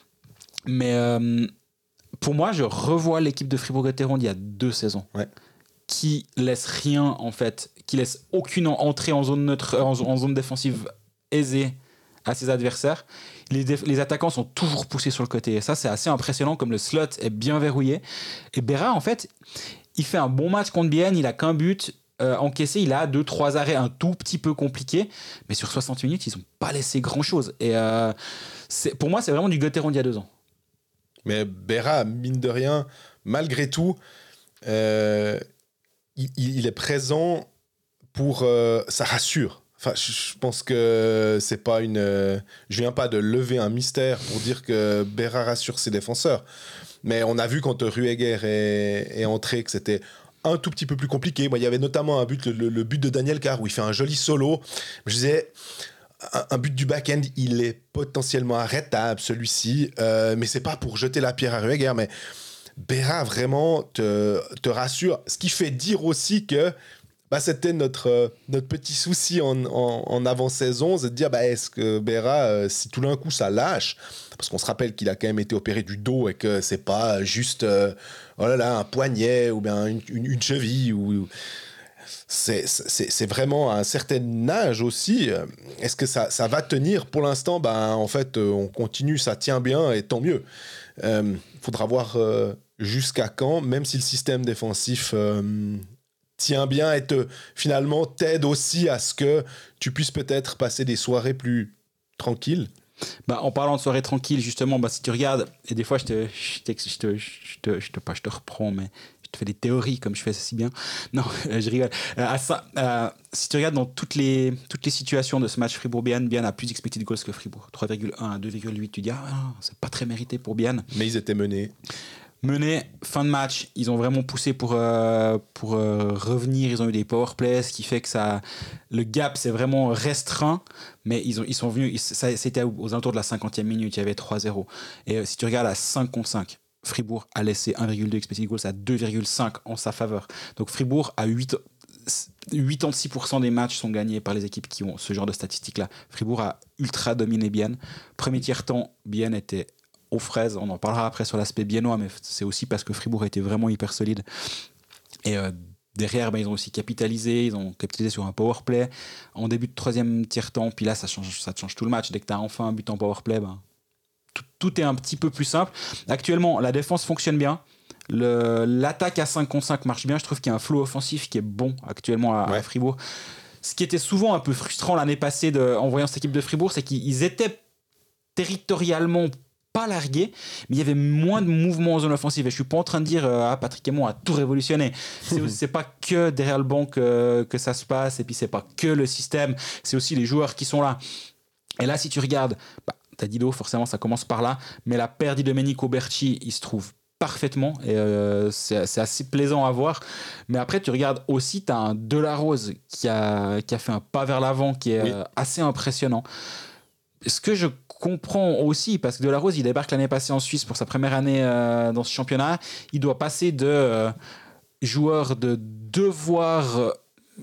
Mais euh, pour moi, je revois l'équipe de Fribourg-Gotteron d'il y a deux saisons. Ouais. Qui laisse rien, en fait, qui laisse aucune entrée en zone neutre, en, en zone défensive aisée à ses adversaires. Les, déf- les attaquants sont toujours poussés sur le côté. Et ça, c'est assez impressionnant, comme le slot est bien verrouillé. Et Berra, en fait, il fait un bon match contre Bienne, il a qu'un but euh, encaissé, il a deux, trois arrêts un tout petit peu compliqués, mais sur soixante minutes, ils n'ont pas laissé grand-chose. Et euh, c'est, pour moi, c'est vraiment du Gotteron d'il y a deux ans. Mais Berra, mine de rien, malgré tout, euh, il, il est présent pour... Euh, ça rassure. Enfin, je pense que c'est pas une... Euh, je viens pas de lever un mystère pour dire que Berra rassure ses défenseurs. Mais on a vu quand Rueger est, est entré que c'était un tout petit peu plus compliqué. Moi, il y avait notamment un but, le, le but de Daniel Carr, où il fait un joli solo. Je disais... Un, un but du back-end, il est potentiellement arrêtable, celui-ci. Euh, mais c'est pas pour jeter la pierre à Rueger, mais... Berra vraiment te, te rassure, ce qui fait dire aussi que bah, c'était notre, euh, notre petit souci en, en, en avant-saison, c'est de dire bah, est-ce que Berra, euh, si tout d'un coup ça lâche, parce qu'on se rappelle qu'il a quand même été opéré du dos et que c'est pas juste euh, oh là là, un poignet ou bien une, une, une cheville ou, c'est, c'est, c'est vraiment à un certain âge aussi. Est-ce que ça, ça va tenir? Pour l'instant, bah, en fait, on continue, ça tient bien et tant mieux. Il euh, faudra voir euh, jusqu'à quand, même si le système défensif euh, tient bien et te, finalement t'aide aussi à ce que tu puisses peut-être passer des soirées plus tranquilles. Bah, en parlant de soirée tranquille, justement, bah, si tu regardes, et des fois je te, je te, je te, je te, je te, pas, je te reprends, mais je te fais des théories comme je fais si bien. Non, je rigole. Euh, à ça, euh, si tu regardes dans toutes les, toutes les situations de ce match Fribourg-Bienne, Bienne a plus d'expected goals que Fribourg. trois virgule un à deux virgule huit, tu dis, ah, c'est pas très mérité pour Bienne. Mais ils étaient menés. mené, fin de match, ils ont vraiment poussé pour, euh, pour euh, revenir, ils ont eu des power plays, ce qui fait que ça, le gap s'est vraiment restreint, mais ils, ont, ils sont venus, ça, c'était aux alentours de la cinquantième minute, il y avait trois zéro. Et euh, si tu regardes à cinq contre cinq, Fribourg a laissé un virgule deux expected goals à deux virgule cinq en sa faveur. Donc Fribourg a huit, quatre-vingt-six pour cent des matchs sont gagnés par les équipes qui ont ce genre de statistiques-là. Fribourg a ultra dominé Bienne. Premier tiers-temps, Bienne était aux fraises. On en parlera après sur l'aspect biennois, mais c'est aussi parce que Fribourg était vraiment hyper solide. Et euh, derrière, ben, ils ont aussi capitalisé. Ils ont capitalisé sur un power play en début de troisième tiers-temps. Puis là, ça change, ça change tout le match. Dès que tu as enfin un but en power play, ben, tout, tout est un petit peu plus simple. Actuellement, la défense fonctionne bien. Le, l'attaque à cinq contre cinq marche bien. Je trouve qu'il y a un flow offensif qui est bon actuellement à, ouais. à Fribourg. Ce qui était souvent un peu frustrant l'année passée de, en voyant cette équipe de Fribourg, c'est qu'ils étaient territorialement pas largués, mais il y avait moins de mouvements en zone offensive. Et je suis pas en train de dire euh, ah, Patrick Aymon a tout révolutionné. C'est, c'est pas que derrière le banc que, que ça se passe, et puis c'est pas que le système, c'est aussi les joueurs qui sont là. Et là, si tu regardes, bah, t'as Dido, forcément ça commence par là, mais la paire di Domenico Berci, il se trouve parfaitement et euh, c'est, c'est assez plaisant à voir. Mais après tu regardes aussi, tu as un Delarose qui a, qui a fait un pas vers l'avant qui est oui. euh, assez impressionnant. Ce que je comprends aussi, parce que Delarose il débarque l'année passée en Suisse pour sa première année euh, dans ce championnat, il doit passer de euh, joueur de devoir euh,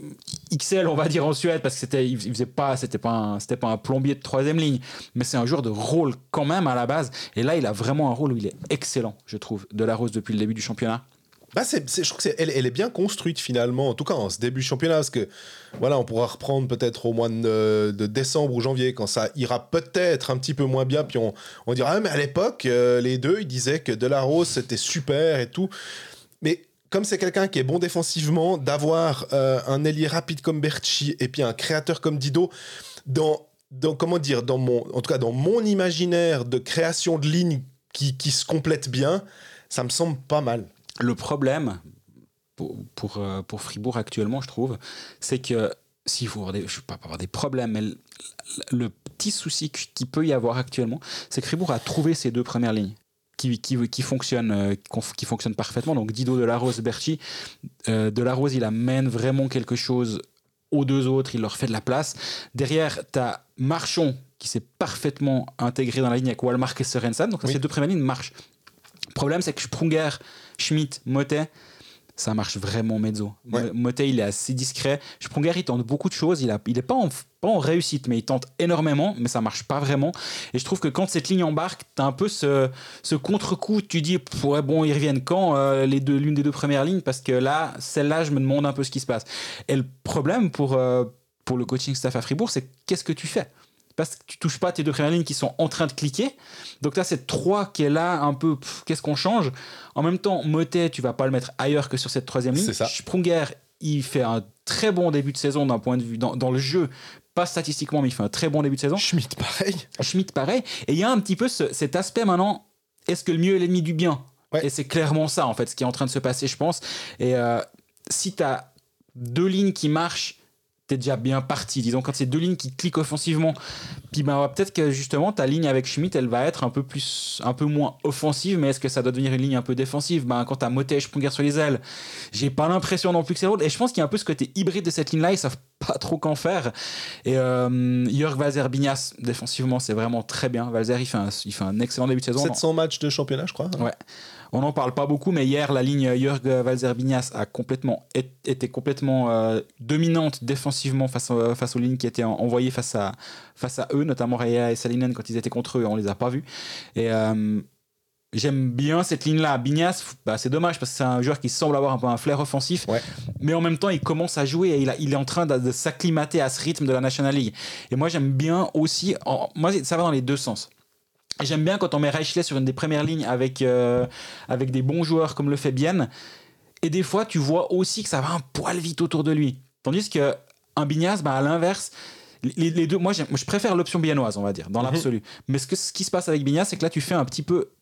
X L on va dire en Suède, parce que c'était, il faisait pas, c'était pas un, c'était pas un plombier de troisième ligne, mais c'est un joueur de rôle quand même à la base, et là il a vraiment un rôle où il est excellent, je trouve, Delarose depuis le début du championnat. Bah c'est, c'est, je trouve qu'elle elle est bien construite finalement, en tout cas en ce début de championnat, parce que voilà, on pourra reprendre peut-être au mois de, de décembre ou janvier quand ça ira peut-être un petit peu moins bien, puis on, on dira ah, mais à l'époque euh, les deux ils disaient que Delarose c'était super et tout, mais comme c'est quelqu'un qui est bon défensivement, d'avoir euh, un ailier rapide comme Berchi et puis un créateur comme Dido, dans, dans, comment dire, dans mon, en tout cas dans mon imaginaire de création de lignes qui, qui se complètent bien, ça me semble pas mal. Le problème pour, pour, pour Fribourg actuellement, je trouve, c'est que s'il faut avoir des, je ne veux pas avoir des problèmes, mais le, le petit souci qu'il peut y avoir actuellement, c'est que Fribourg a trouvé ses deux premières lignes. Qui, qui, qui, fonctionne, euh, qui fonctionne parfaitement. Donc Dido, Delarose, Berchi. Euh, Delarose, il amène vraiment quelque chose aux deux autres, il leur fait de la place. Derrière, tu as Marchon qui s'est parfaitement intégré dans la ligne avec Walmark et Sorensen. Donc oui. Ces deux premières lignes marchent. Le problème, c'est que Sprunger, Schmidt, Motet, ça marche vraiment mezzo. Ouais. Motet, il est assez discret. Sprunger, il tente beaucoup de choses. Il n'est il pas, pas en réussite, mais il tente énormément, mais ça ne marche pas vraiment. Et je trouve que quand cette ligne embarque, tu as un peu ce, ce contre-coup. Tu dis, ouais, bon, ils reviennent quand euh, les deux, l'une des deux premières lignes? Parce que là, celle-là, je me demande un peu ce qui se passe. Et le problème pour, euh, pour le coaching staff à Fribourg, c'est qu'est-ce que tu fais? Parce que tu touches pas tes deux premières lignes qui sont en train de cliquer. Donc là, c'est trois qui est là, un peu, pff, qu'est-ce qu'on change? En même temps, Motet, tu vas pas le mettre ailleurs que sur cette troisième ligne. Sprunger, il fait un très bon début de saison d'un point de vue, dans, dans le jeu, pas statistiquement, mais il fait un très bon début de saison. Schmidt, pareil. Schmidt, pareil. Et il y a un petit peu ce, cet aspect maintenant, est-ce que le mieux est l'ennemi du bien? Ouais. Et c'est clairement ça, en fait, ce qui est en train de se passer, je pense. Et euh, si tu as deux lignes qui marchent, t'es déjà bien parti. Disons, quand c'est deux lignes qui cliquent offensivement, puis ben, peut-être que justement ta ligne avec Schmidt, elle va être un peu plus, un peu moins offensive, mais est-ce que ça doit devenir une ligne un peu défensive? Ben, quand t'as Motet et Sprunger sur les ailes, j'ai pas l'impression non plus que c'est rôle. Et je pense qu'il y a un peu ce côté hybride de cette ligne-là, ils savent pas trop qu'en faire. Et euh, Jörg Valzer-Bignas, défensivement, c'est vraiment très bien. Valzer, il fait un, il fait un excellent début de saison. sept cents matchs de championnat, je crois. Hein. Ouais. On n'en parle pas beaucoup, mais hier, la ligne Jörg Valzer-Bignas a complètement, été complètement euh, dominante défensivement face, à, face aux lignes qui étaient envoyées face à, face à eux, notamment Raya et Salinen, quand ils étaient contre eux, on ne les a pas vus. Et euh, j'aime bien cette ligne-là. Bignas, bah, c'est dommage parce que c'est un joueur qui semble avoir un peu un flair offensif, ouais. Mais en même temps, il commence à jouer et il, a, il est en train de, de s'acclimater à ce rythme de la National League. Et moi, j'aime bien aussi, en, moi, ça va dans les deux sens. J'aime bien quand on met Reichle sur une des premières lignes avec, euh, avec des bons joueurs comme le fait Bienne. Et des fois, tu vois aussi que ça va un poil vite autour de lui. Tandis qu'un Bignas, bah, à l'inverse, les, les deux, moi, je préfère l'option biennoise, on va dire, dans mm-hmm. l'absolu. Mais ce, que, ce qui se passe avec Bignas, c'est que là, tu fais un petit peu...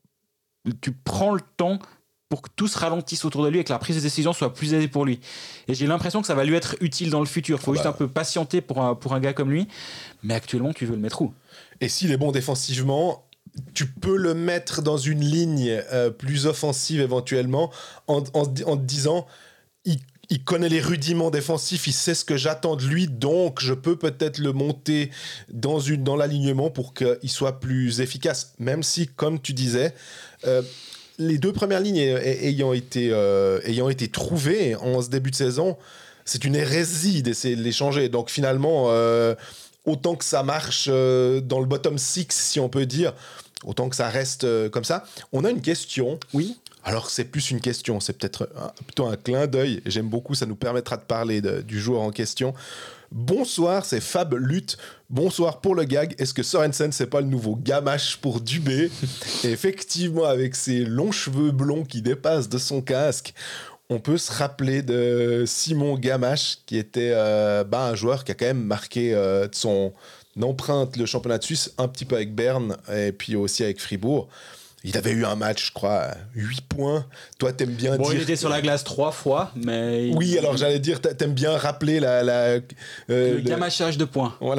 Tu prends le temps pour que tout se ralentisse autour de lui et que la prise de décision soit plus aisée pour lui. Et j'ai l'impression que ça va lui être utile dans le futur. Il faut oh juste bah. un peu patienter pour un, pour un gars comme lui. Mais actuellement, tu veux le mettre où? Et s'il est bon défensivement, tu peux le mettre dans une ligne euh, plus offensive éventuellement en, en, en te disant il, il connaît les rudiments défensifs, il sait ce que j'attends de lui, donc je peux peut-être le monter dans, une, dans l'alignement pour qu'il soit plus efficace. Même si, comme tu disais, euh, les deux premières lignes ayant été, euh, ayant été trouvées en ce début de saison, c'est une hérésie d'essayer de les changer. Donc finalement, euh, autant que ça marche euh, dans le bottom six, si on peut dire, autant que ça reste euh, comme ça. On a une question. Oui. Alors c'est plus une question, c'est peut-être un, plutôt un clin d'œil. J'aime beaucoup, ça nous permettra de parler de, du joueur en question. Bonsoir, c'est Fab Lutte. Bonsoir pour le gag. Est-ce que Sorensen, c'est pas le nouveau Gamache pour Dubé? Et effectivement, avec ses longs cheveux blonds qui dépassent de son casque, on peut se rappeler de Simon Gamache, qui était euh, bah, un joueur qui a quand même marqué euh, de son empreinte le championnat de Suisse, un petit peu avec Berne et puis aussi avec Fribourg. Il avait eu un match, je crois, huit points. Toi, t'aimes bien bon, dire... il était sur la glace trois fois, mais... Oui, il... alors j'allais dire, t'aimes bien rappeler la... la euh, le, le gamachage de points. Voilà.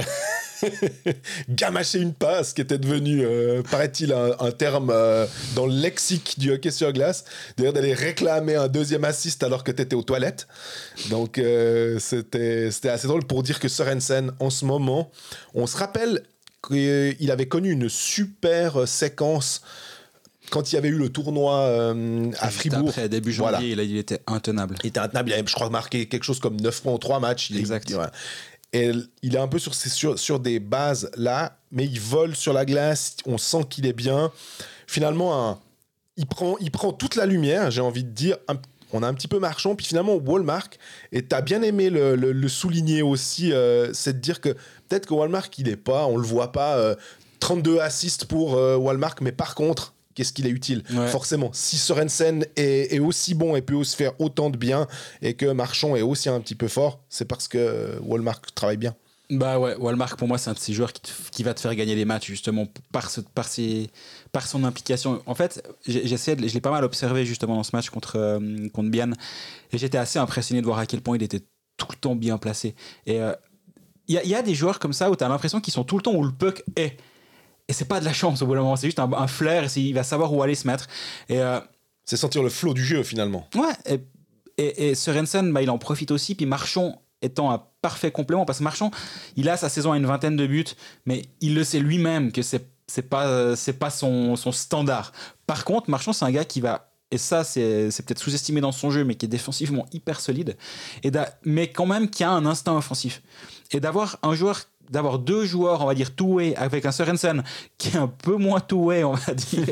Gamacher une passe, qui était devenu, euh, paraît-il, un, un terme euh, dans le lexique du hockey sur glace. D'ailleurs, d'aller réclamer un deuxième assist alors que t'étais aux toilettes. Donc, euh, c'était, c'était assez drôle pour dire que Sorensen, en ce moment, on se rappelle qu'il avait connu une super séquence quand il y avait eu le tournoi euh, à Juste Fribourg. Après, début janvier, voilà. il, a, il était intenable. Il était intenable. Il avait, je crois, marqué quelque chose comme neuf points en trois matchs. Il exact. Est, ouais. Et il est un peu sur, sur, sur des bases là, mais il vole sur la glace, on sent qu'il est bien. Finalement, un, il, prend, il prend toute la lumière, j'ai envie de dire. Un, on a un petit peu Marchand, puis finalement, Wallmark, et tu as bien aimé le, le, le souligner aussi, euh, c'est de dire que peut-être que Wallmark, il n'est pas, on ne le voit pas, euh, trente-deux assists pour euh, Wallmark, mais par contre, qu'est-ce qu'il est utile? Ouais. Forcément, si Sorensen est, est aussi bon et peut aussi faire autant de bien et que Marchand est aussi un petit peu fort, c'est parce que Wallmark travaille bien. Bah ouais, Wallmark pour moi c'est un de ces joueurs qui, te, qui va te faire gagner les matchs justement par, ce, par, ses, par son implication. En fait, j'essaie de, je l'ai pas mal observé justement dans ce match contre, euh, contre Bienne et j'étais assez impressionné de voir à quel point il était tout le temps bien placé. Et il euh, y, y a des joueurs comme ça où tu as l'impression qu'ils sont tout le temps où le puck est. Et c'est pas de la chance au bout d'un moment, c'est juste un, un flair, et il va savoir où aller se mettre. Et euh, c'est sentir le flow du jeu finalement. Ouais, et, et, et Sorensen, bah, il en profite aussi, puis Marchand étant un parfait complément, parce que Marchand, il a sa saison à une vingtaine de buts, mais il le sait lui-même que c'est, c'est pas, c'est pas son, son standard. Par contre, Marchand, c'est un gars qui va, et ça c'est, c'est peut-être sous-estimé dans son jeu, mais qui est défensivement hyper solide, et mais quand même qui a un instinct offensif. Et d'avoir un joueur d'avoir deux joueurs, on va dire two-way, avec un Sorensen qui est un peu moins two-way, on va dire,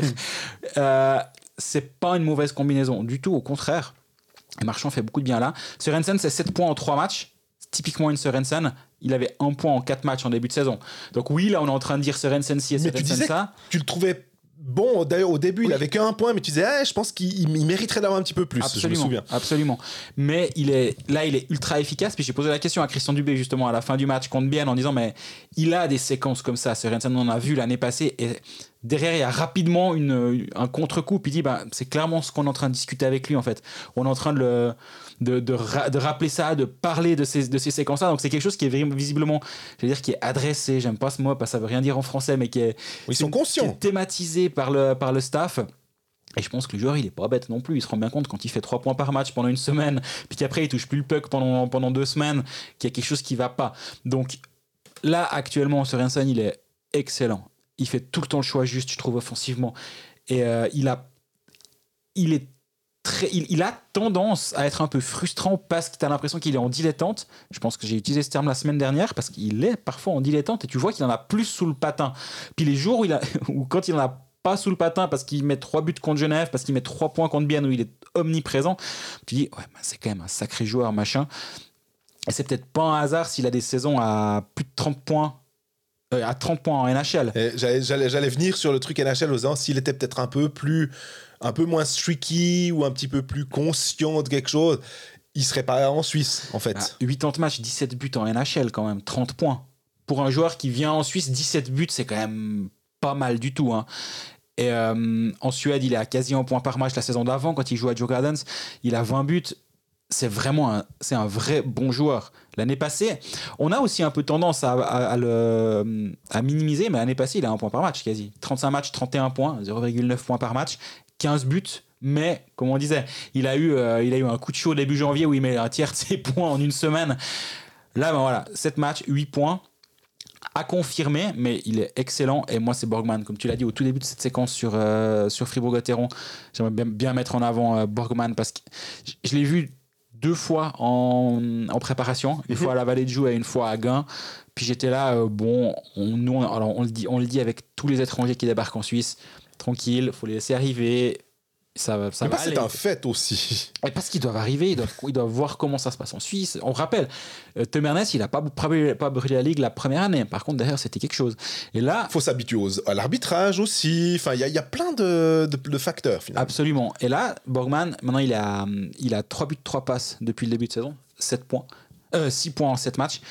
euh, c'est pas une mauvaise combinaison du tout, au contraire. Et Marchand fait beaucoup de bien là. Sorensen, c'est sept points en trois matchs. Typiquement une Sorensen, il avait un point en quatre matchs en début de saison. Donc oui, là on est en train de dire Sorensen ci et mais Sorensen tu disais ça. Tu le trouvais bon, d'ailleurs au début oui. Il avait qu'un point, mais tu disais ah, je pense qu'il il mériterait d'avoir un petit peu plus. Absolument, je me souviens. Absolument. Mais il est là, il est ultra efficace. Puis j'ai posé la question à Christian Dubé justement à la fin du match contre Bienne en disant mais il a des séquences comme ça. Sorensen, on en a vu l'année passée et derrière il y a rapidement une, un contre-coup. Puis il dit bah c'est clairement ce qu'on est en train de discuter avec lui en fait. On est en train de le De, de, ra- de rappeler ça, de parler de ces, de ces séquences-là. Donc c'est quelque chose qui est visiblement, je veux dire, qui est adressé, j'aime pas ce mot, parce que ça veut rien dire en français, mais qui est, ils sont conscients. Qui est thématisé par le, par le staff. Et je pense que le joueur, il est pas bête non plus. Il se rend bien compte quand il fait trois points par match pendant une semaine, puis qu'après il touche plus le puck pendant, pendant deux semaines, qu'il y a quelque chose qui va pas. Donc là, actuellement, Sorensen, il est excellent. Il fait tout le temps le choix juste, je trouve, offensivement. Et euh, il a... Il est Très, il, il a tendance à être un peu frustrant parce que tu as l'impression qu'il est en dilettante. Je pense que j'ai utilisé ce terme la semaine dernière parce qu'il est parfois en dilettante et tu vois qu'il en a plus sous le patin. Puis les jours où, il a, où quand il en a pas sous le patin parce qu'il met trois buts contre Genève, parce qu'il met trois points contre Bienne où il est omniprésent, tu dis ouais, bah c'est quand même un sacré joueur machin. Et c'est peut-être pas un hasard s'il a des saisons à plus de trente points. Euh, à trente points en N H L. Et j'allais, j'allais, j'allais venir sur le truc N H L en disant s'il était peut-être un peu plus un peu moins streaky ou un petit peu plus conscient de quelque chose, il serait pas en Suisse en fait. Ah, quatre-vingts matchs, dix-sept buts en N H L quand même, trente points. Pour un joueur qui vient en Suisse, dix-sept buts, c'est quand même pas mal du tout. Hein. Et euh, en Suède, il est à quasi un point par match la saison d'avant quand il joue à Joe Gardens. Il a vingt buts. c'est vraiment un, c'est un vrai bon joueur. L'année passée, on a aussi un peu tendance à, à, à, le, à minimiser, mais l'année passée, il a un point par match quasi. trente-cinq matchs, trente et un points, zéro virgule neuf points par match, quinze buts. Mais, comme on disait, il a, eu, euh, il a eu un coup de chaud début janvier où il met un tiers de ses points en une semaine. Là, ben voilà, sept matchs, huit points. À confirmer, mais il est excellent. Et moi, c'est Borgman. Comme tu l'as dit au tout début de cette séquence sur, euh, sur Fribourg-Gotteron, j'aimerais bien, bien mettre en avant euh, Borgman parce que je, je l'ai vu deux fois en, en préparation, une mm-hmm. fois à la Vallée de Joux et une fois à Gand. Puis j'étais là, euh, bon, on, nous, on, alors on, le dit, on le dit avec tous les étrangers qui débarquent en Suisse, tranquille, il faut les laisser arriver. Ça, ça va c'est aller. un fait aussi. Et parce qu'ils doivent arriver, ils doivent, ils doivent voir comment ça se passe en Suisse. On rappelle, euh, Tom Ernest, il n'a pas, pas brûlé la Ligue la première année. Par contre, derrière, c'était quelque chose. Et là, il faut s'habituer aux, à l'arbitrage aussi. Enfin, il y, y a plein de, de, de facteurs, finalement. Absolument. Et là, Borgman, maintenant, il a, il a trois buts, trois passes depuis le début de saison. sept points. Euh, six points en sept matchs.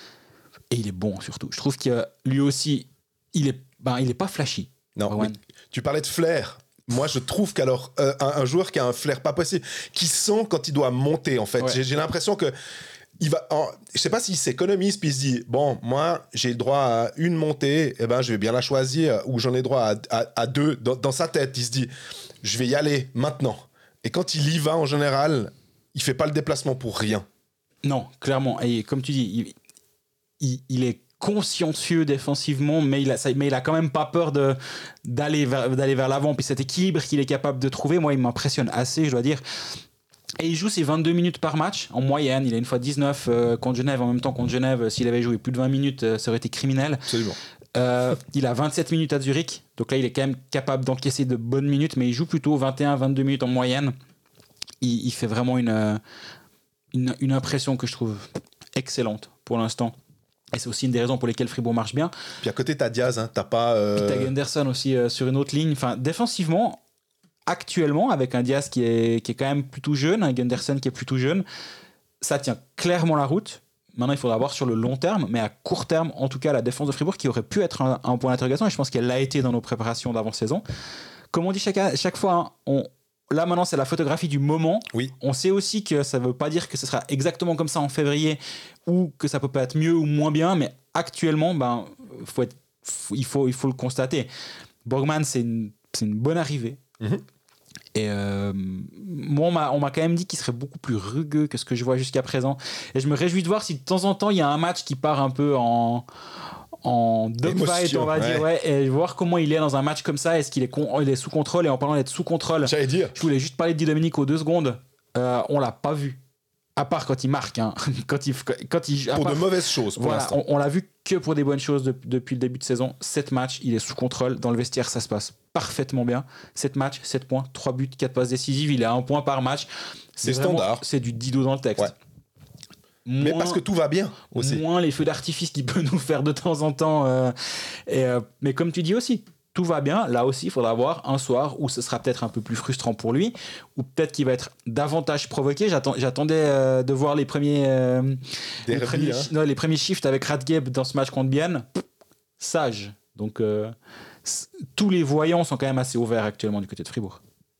Et il est bon, surtout. Je trouve que lui aussi, il n'est ben, il est pas flashy. Non, oui. Tu parlais de flair. Moi, je trouve qu'alors, euh, un, un joueur qui a un flair pas possible, qui sent quand il doit monter, en fait. Ouais. J'ai, j'ai l'impression que il va, en, je sais pas s'il s'économise, puis il se dit, bon, moi, j'ai le droit à une montée, eh ben, je vais bien la choisir, ou j'en ai droit à, à, à deux. Dans, dans sa tête, il se dit, je vais y aller maintenant. Et quand il y va, en général, il fait pas le déplacement pour rien. Non, clairement. Et comme tu dis, il, il, il est consciencieux défensivement, mais il a, ça, mais il a quand même pas peur de, d'aller, vers, d'aller vers l'avant. Puis cet équilibre qu'il est capable de trouver, moi, il m'impressionne assez, je dois dire. Et il joue ses vingt-deux minutes par match, en moyenne. Il a une fois dix-neuf euh, contre Genève. En même temps, contre Genève, s'il avait joué plus de vingt minutes, euh, ça aurait été criminel. Absolument. Euh, il a vingt-sept minutes à Zurich. Donc là, il est quand même capable d'encaisser de bonnes minutes, mais il joue plutôt vingt et un vingt-deux minutes en moyenne. Il, il fait vraiment une, une, une impression que je trouve excellente pour l'instant. Et c'est aussi une des raisons pour lesquelles Fribourg marche bien. Puis à côté, t'as Diaz, hein, t'as pas... Euh... Puis t'as Gunderson aussi euh, sur une autre ligne. Enfin, défensivement, actuellement, avec un Diaz qui est, qui est quand même plutôt jeune, un Gunderson qui est plutôt jeune, ça tient clairement la route. Maintenant, il faudra voir sur le long terme, mais à court terme, en tout cas, la défense de Fribourg, qui aurait pu être un, un point d'interrogation, et je pense qu'elle l'a été dans nos préparations d'avant-saison. Comme on dit chaque, chaque fois, hein, on... Là, maintenant, c'est la photographie du moment. Oui. On sait aussi que ça ne veut pas dire que ce sera exactement comme ça en février ou que ça peut pas être mieux ou moins bien, mais actuellement, ben, faut être, faut, il, faut, il faut le constater. Borgman, c'est une, c'est une bonne arrivée. Mm-hmm. Et euh, moi, on m'a, on m'a quand même dit qu'il serait beaucoup plus rugueux que ce que je vois jusqu'à présent. Et je me réjouis de voir si de temps en temps, il y a un match qui part un peu en... en dogfight, on va ouais. dire, ouais, et voir comment il est dans un match comme ça. Est-ce qu'il est, con, il est sous contrôle? Et en parlant d'être sous contrôle, j'allais dire. Je voulais juste parler de Di Domenico deux secondes. Euh, on l'a pas vu, à part quand il marque, hein. quand il, quand il, pour part, de mauvaises choses. Pour voilà, l'instant. On, on l'a vu que pour des bonnes choses de, depuis le début de saison. sept matchs, il est sous contrôle. Dans le vestiaire, ça se passe parfaitement bien. sept matchs, sept points, trois buts, quatre passes décisives. Il est à un point par match. C'est, c'est vraiment, standard. C'est du Dido dans le texte. Ouais. Moins, mais parce que tout va bien aussi. Moins les feux d'artifice qu'il peut nous faire de temps en temps. Euh, et, euh, mais comme tu dis aussi, tout va bien. Là aussi, il faudra voir un soir où ce sera peut-être un peu plus frustrant pour lui, ou peut-être qu'il va être davantage provoqué. J'attends, j'attendais euh, de voir les premiers, euh, les, Derby, premiers hein. non, les premiers shifts avec Radgeb dans ce match contre Bienne. Sage. Donc, euh, tous les voyants sont quand même assez ouverts actuellement du côté de Fribourg.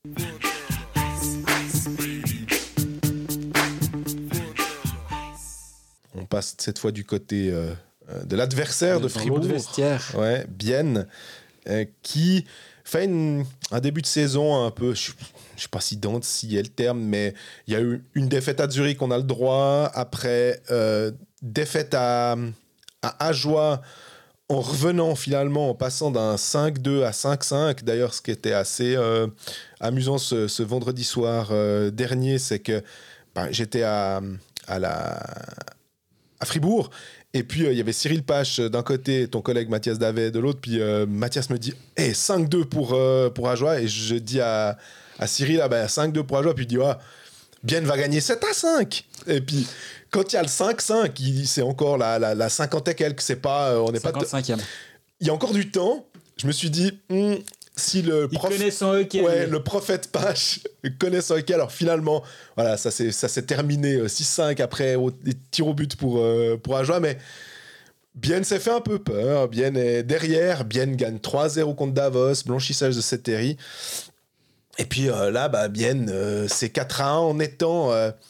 On passe cette fois du côté euh, de l'adversaire de, de Fribourg. Dans l'autre vestiaire. Ouais, Bienne, euh, qui fait une, un début de saison un peu, je ne sais pas si dents de scie est le terme, mais il y a eu une défaite à Zurich, on a le droit. Après, euh, défaite à, à Ajoie, en revenant finalement, en passant d'un cinq deux à cinq cinq. D'ailleurs, ce qui était assez euh, amusant ce, ce vendredi soir euh, dernier, c'est que bah, j'étais à, à la... à Fribourg, et puis il euh, y avait Cyril Pache d'un côté, ton collègue Mathias Davet de l'autre, puis euh, Mathias me dit hey, cinq deux pour, euh, pour Ajoie, et je dis à, à Cyril ah, ben, cinq deux pour Ajoie, puis il dit ah, Bienne va gagner sept à cinq, et puis quand il y a le cinq cinq, il, c'est encore la, la, la cinquante et quelques, c'est pas, euh, on n'est pas cinquante-cinquième. Il y a encore du temps, je me suis dit hm, si le il prof... connaît son hockey. Ouais, le prophète Pache connaît son hockey. Alors finalement, voilà, ça s'est, ça s'est terminé six cinq après des tirs au but pour, euh, pour Ajoie. Mais Bienne s'est fait un peu peur. Bienne est derrière. Bienne gagne trois zéro contre Davos. Blanchissage de Seteri. Et puis euh, là, bah, Bienne, euh, c'est quatre à un en étant... Euh,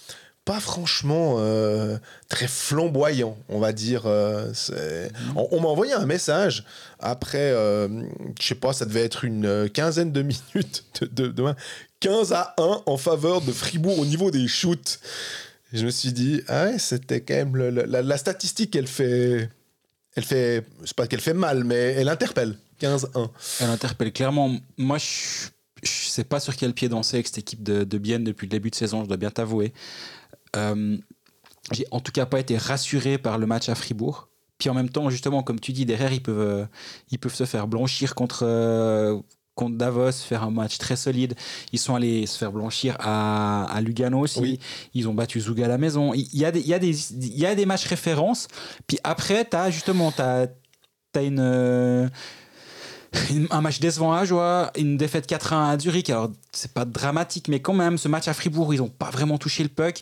pas franchement euh, très flamboyant, on va dire. Euh, c'est... On, on m'a envoyé un message après, euh, je sais pas, ça devait être une quinzaine de minutes de, de, de quinze à un en faveur de Fribourg au niveau des shoots. Et je me suis dit, ah ouais, c'était quand même le, le, la, la statistique, elle fait, elle fait, c'est pas qu'elle fait mal, mais elle interpelle. quinze à un. Elle interpelle clairement. Moi, je je sais pas sur quel pied danser avec cette équipe de, de Bienne depuis le début de saison, je dois bien t'avouer. Euh, j'ai en tout cas pas été rassuré par le match à Fribourg. Puis en même temps, justement, comme tu dis, derrière, ils peuvent, euh, ils peuvent se faire blanchir contre, euh, contre Davos, faire un match très solide. Ils sont allés se faire blanchir à, à Lugano aussi. Oui. Ils ont battu Zug à la maison. Il y a des, il y a des, il y a des matchs références. Puis après, tu as justement t'as, t'as une... Euh, un match décevant à Ajoie, une défaite quatre à un à Zurich. Alors, c'est pas dramatique, mais quand même, ce match à Fribourg, ils n'ont pas vraiment touché le puck.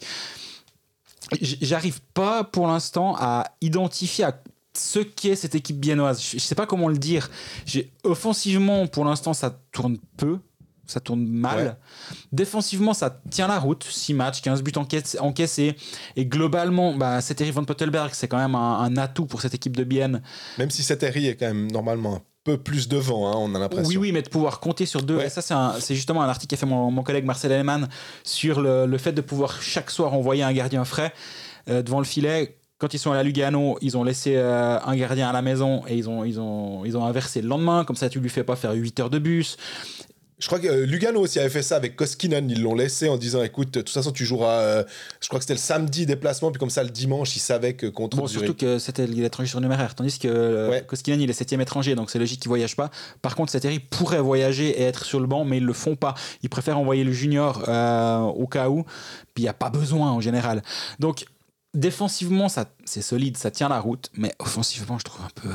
J'arrive pas pour l'instant à identifier à ce qu'est cette équipe biennoise. Je sais pas comment le dire. J'ai, offensivement, pour l'instant, ça tourne peu. Ça tourne mal. Ouais. Défensivement, ça tient la route. six matchs, quinze buts encaissés. Et globalement, bah, Seteri von Pottelberg, c'est quand même un, un atout pour cette équipe de Bienne. Même si Seteri est quand même normalement un peu plus devant, hein, on a l'impression. Oui, oui, mais de pouvoir compter sur deux. Ouais. Et ça, c'est, un, c'est justement un article qu'a fait mon, mon collègue Marcel Ellemann sur le, le fait de pouvoir chaque soir envoyer un gardien frais euh, devant le filet. Quand ils sont à la Lugano, ils ont laissé euh, un gardien à la maison et ils ont, ils, ont, ils ont inversé le lendemain. Comme ça, tu lui fais pas faire huit heures de bus. Je crois que euh, Lugano aussi avait fait ça avec Koskinen. Ils l'ont laissé en disant, écoute, de toute façon, tu joueras... Euh, je crois que c'était le samedi déplacement, puis comme ça, le dimanche, ils savaient que contre bon, Zurich... Surtout que c'était l'étranger surnuméraire, tandis que euh, ouais. Koskinen, il est septième étranger, donc c'est logique qu'il ne voyage pas. Par contre, Seteri pourrait voyager et être sur le banc, mais ils ne le font pas. Ils préfèrent envoyer le junior euh, au cas où, puis il n'y a pas besoin en général. Donc, défensivement, ça, c'est solide, ça tient la route, mais offensivement, je trouve un peu...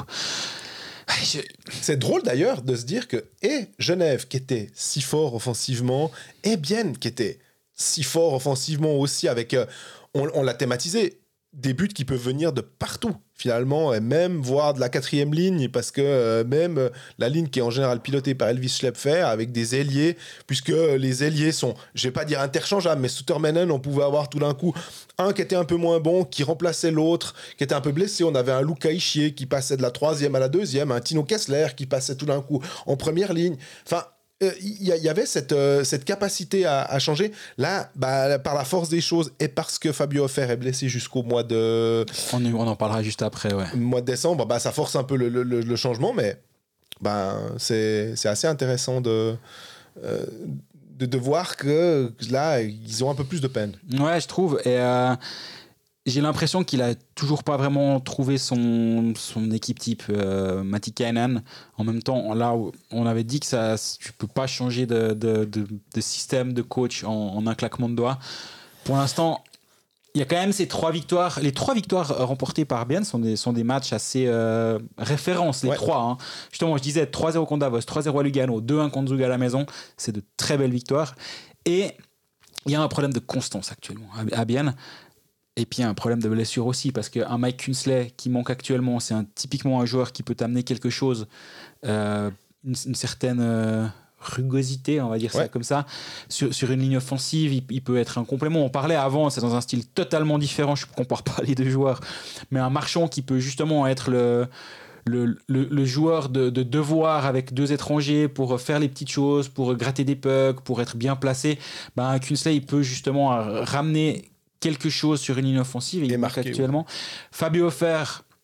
Je... C'est drôle d'ailleurs de se dire que et Genève qui était si fort offensivement et Bienne qui était si fort offensivement aussi avec euh, on, on l'a thématisé des buts qui peuvent venir de partout finalement et même voire de la quatrième ligne parce que euh, même euh, la ligne qui est en général pilotée par Elvis Schlepfer avec des ailiers puisque euh, les ailiers sont je vais pas dire interchangeables mais Sutermanen on pouvait avoir tout d'un coup un qui était un peu moins bon qui remplaçait l'autre qui était un peu blessé on avait un Luca Ischier qui passait de la troisième à la deuxième un Tino Kessler qui passait tout d'un coup en première ligne enfin il euh, y, y avait cette, euh, cette capacité à, à changer. Là, bah, par la force des choses et parce que Fabio Offer est blessé jusqu'au mois de... On, on en parlera juste après, ouais. Mois de décembre, bah, ça force un peu le, le, le changement, mais bah, c'est, c'est assez intéressant de, euh, de, de voir que là, ils ont un peu plus de peine. Ouais, je trouve. Et... Euh... J'ai l'impression qu'il a toujours pas vraiment trouvé son, son équipe type euh, Matikainen. En même temps, là, on avait dit que ça, tu peux pas changer de, de, de, de système de coach en, en un claquement de doigts. Pour l'instant, il y a quand même ces trois victoires. Les trois victoires remportées par Bienne sont des, sont des matchs assez euh, références, les ouais. trois. Hein. Justement, je disais trois zéro contre Davos, trois zéro à Lugano, deux un contre Zug à la maison. C'est de très belles victoires. Et il y a un problème de constance actuellement à, à Bienne. Et puis, il y a un problème de blessure aussi, parce qu'un Mike Kunsley qui manque actuellement, c'est un, typiquement un joueur qui peut t'amener quelque chose, euh, une, une certaine euh, rugosité, on va dire ouais. ça comme ça, sur, sur une ligne offensive, il, il peut être un complément. On parlait avant, c'est dans un style totalement différent, je ne compare pas les deux joueurs, mais un Marchand qui peut justement être le... Le, le, le joueur de, de devoir avec deux étrangers pour faire les petites choses, pour gratter des pucks, pour être bien placé, ben, Kunsley, il peut justement ramener quelque chose sur une ligne offensive et il marque actuellement. Oui. Fabio Offer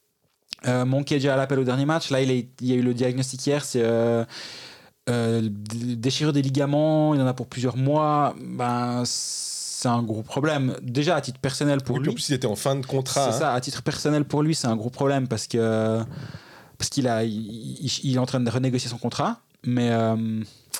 euh, manquait déjà à l'appel au dernier match. Là, il, est, il y a eu le diagnostic hier, c'est euh, euh, déchirure des ligaments, il en a pour plusieurs mois. Ben, c'est un gros problème. Déjà, à titre personnel pour oui, lui. En plus, il était en fin de contrat. C'est hein. ça, à titre personnel pour lui, c'est un gros problème parce que parce qu'il a, il, il, il est en train de renégocier son contrat. Mais euh,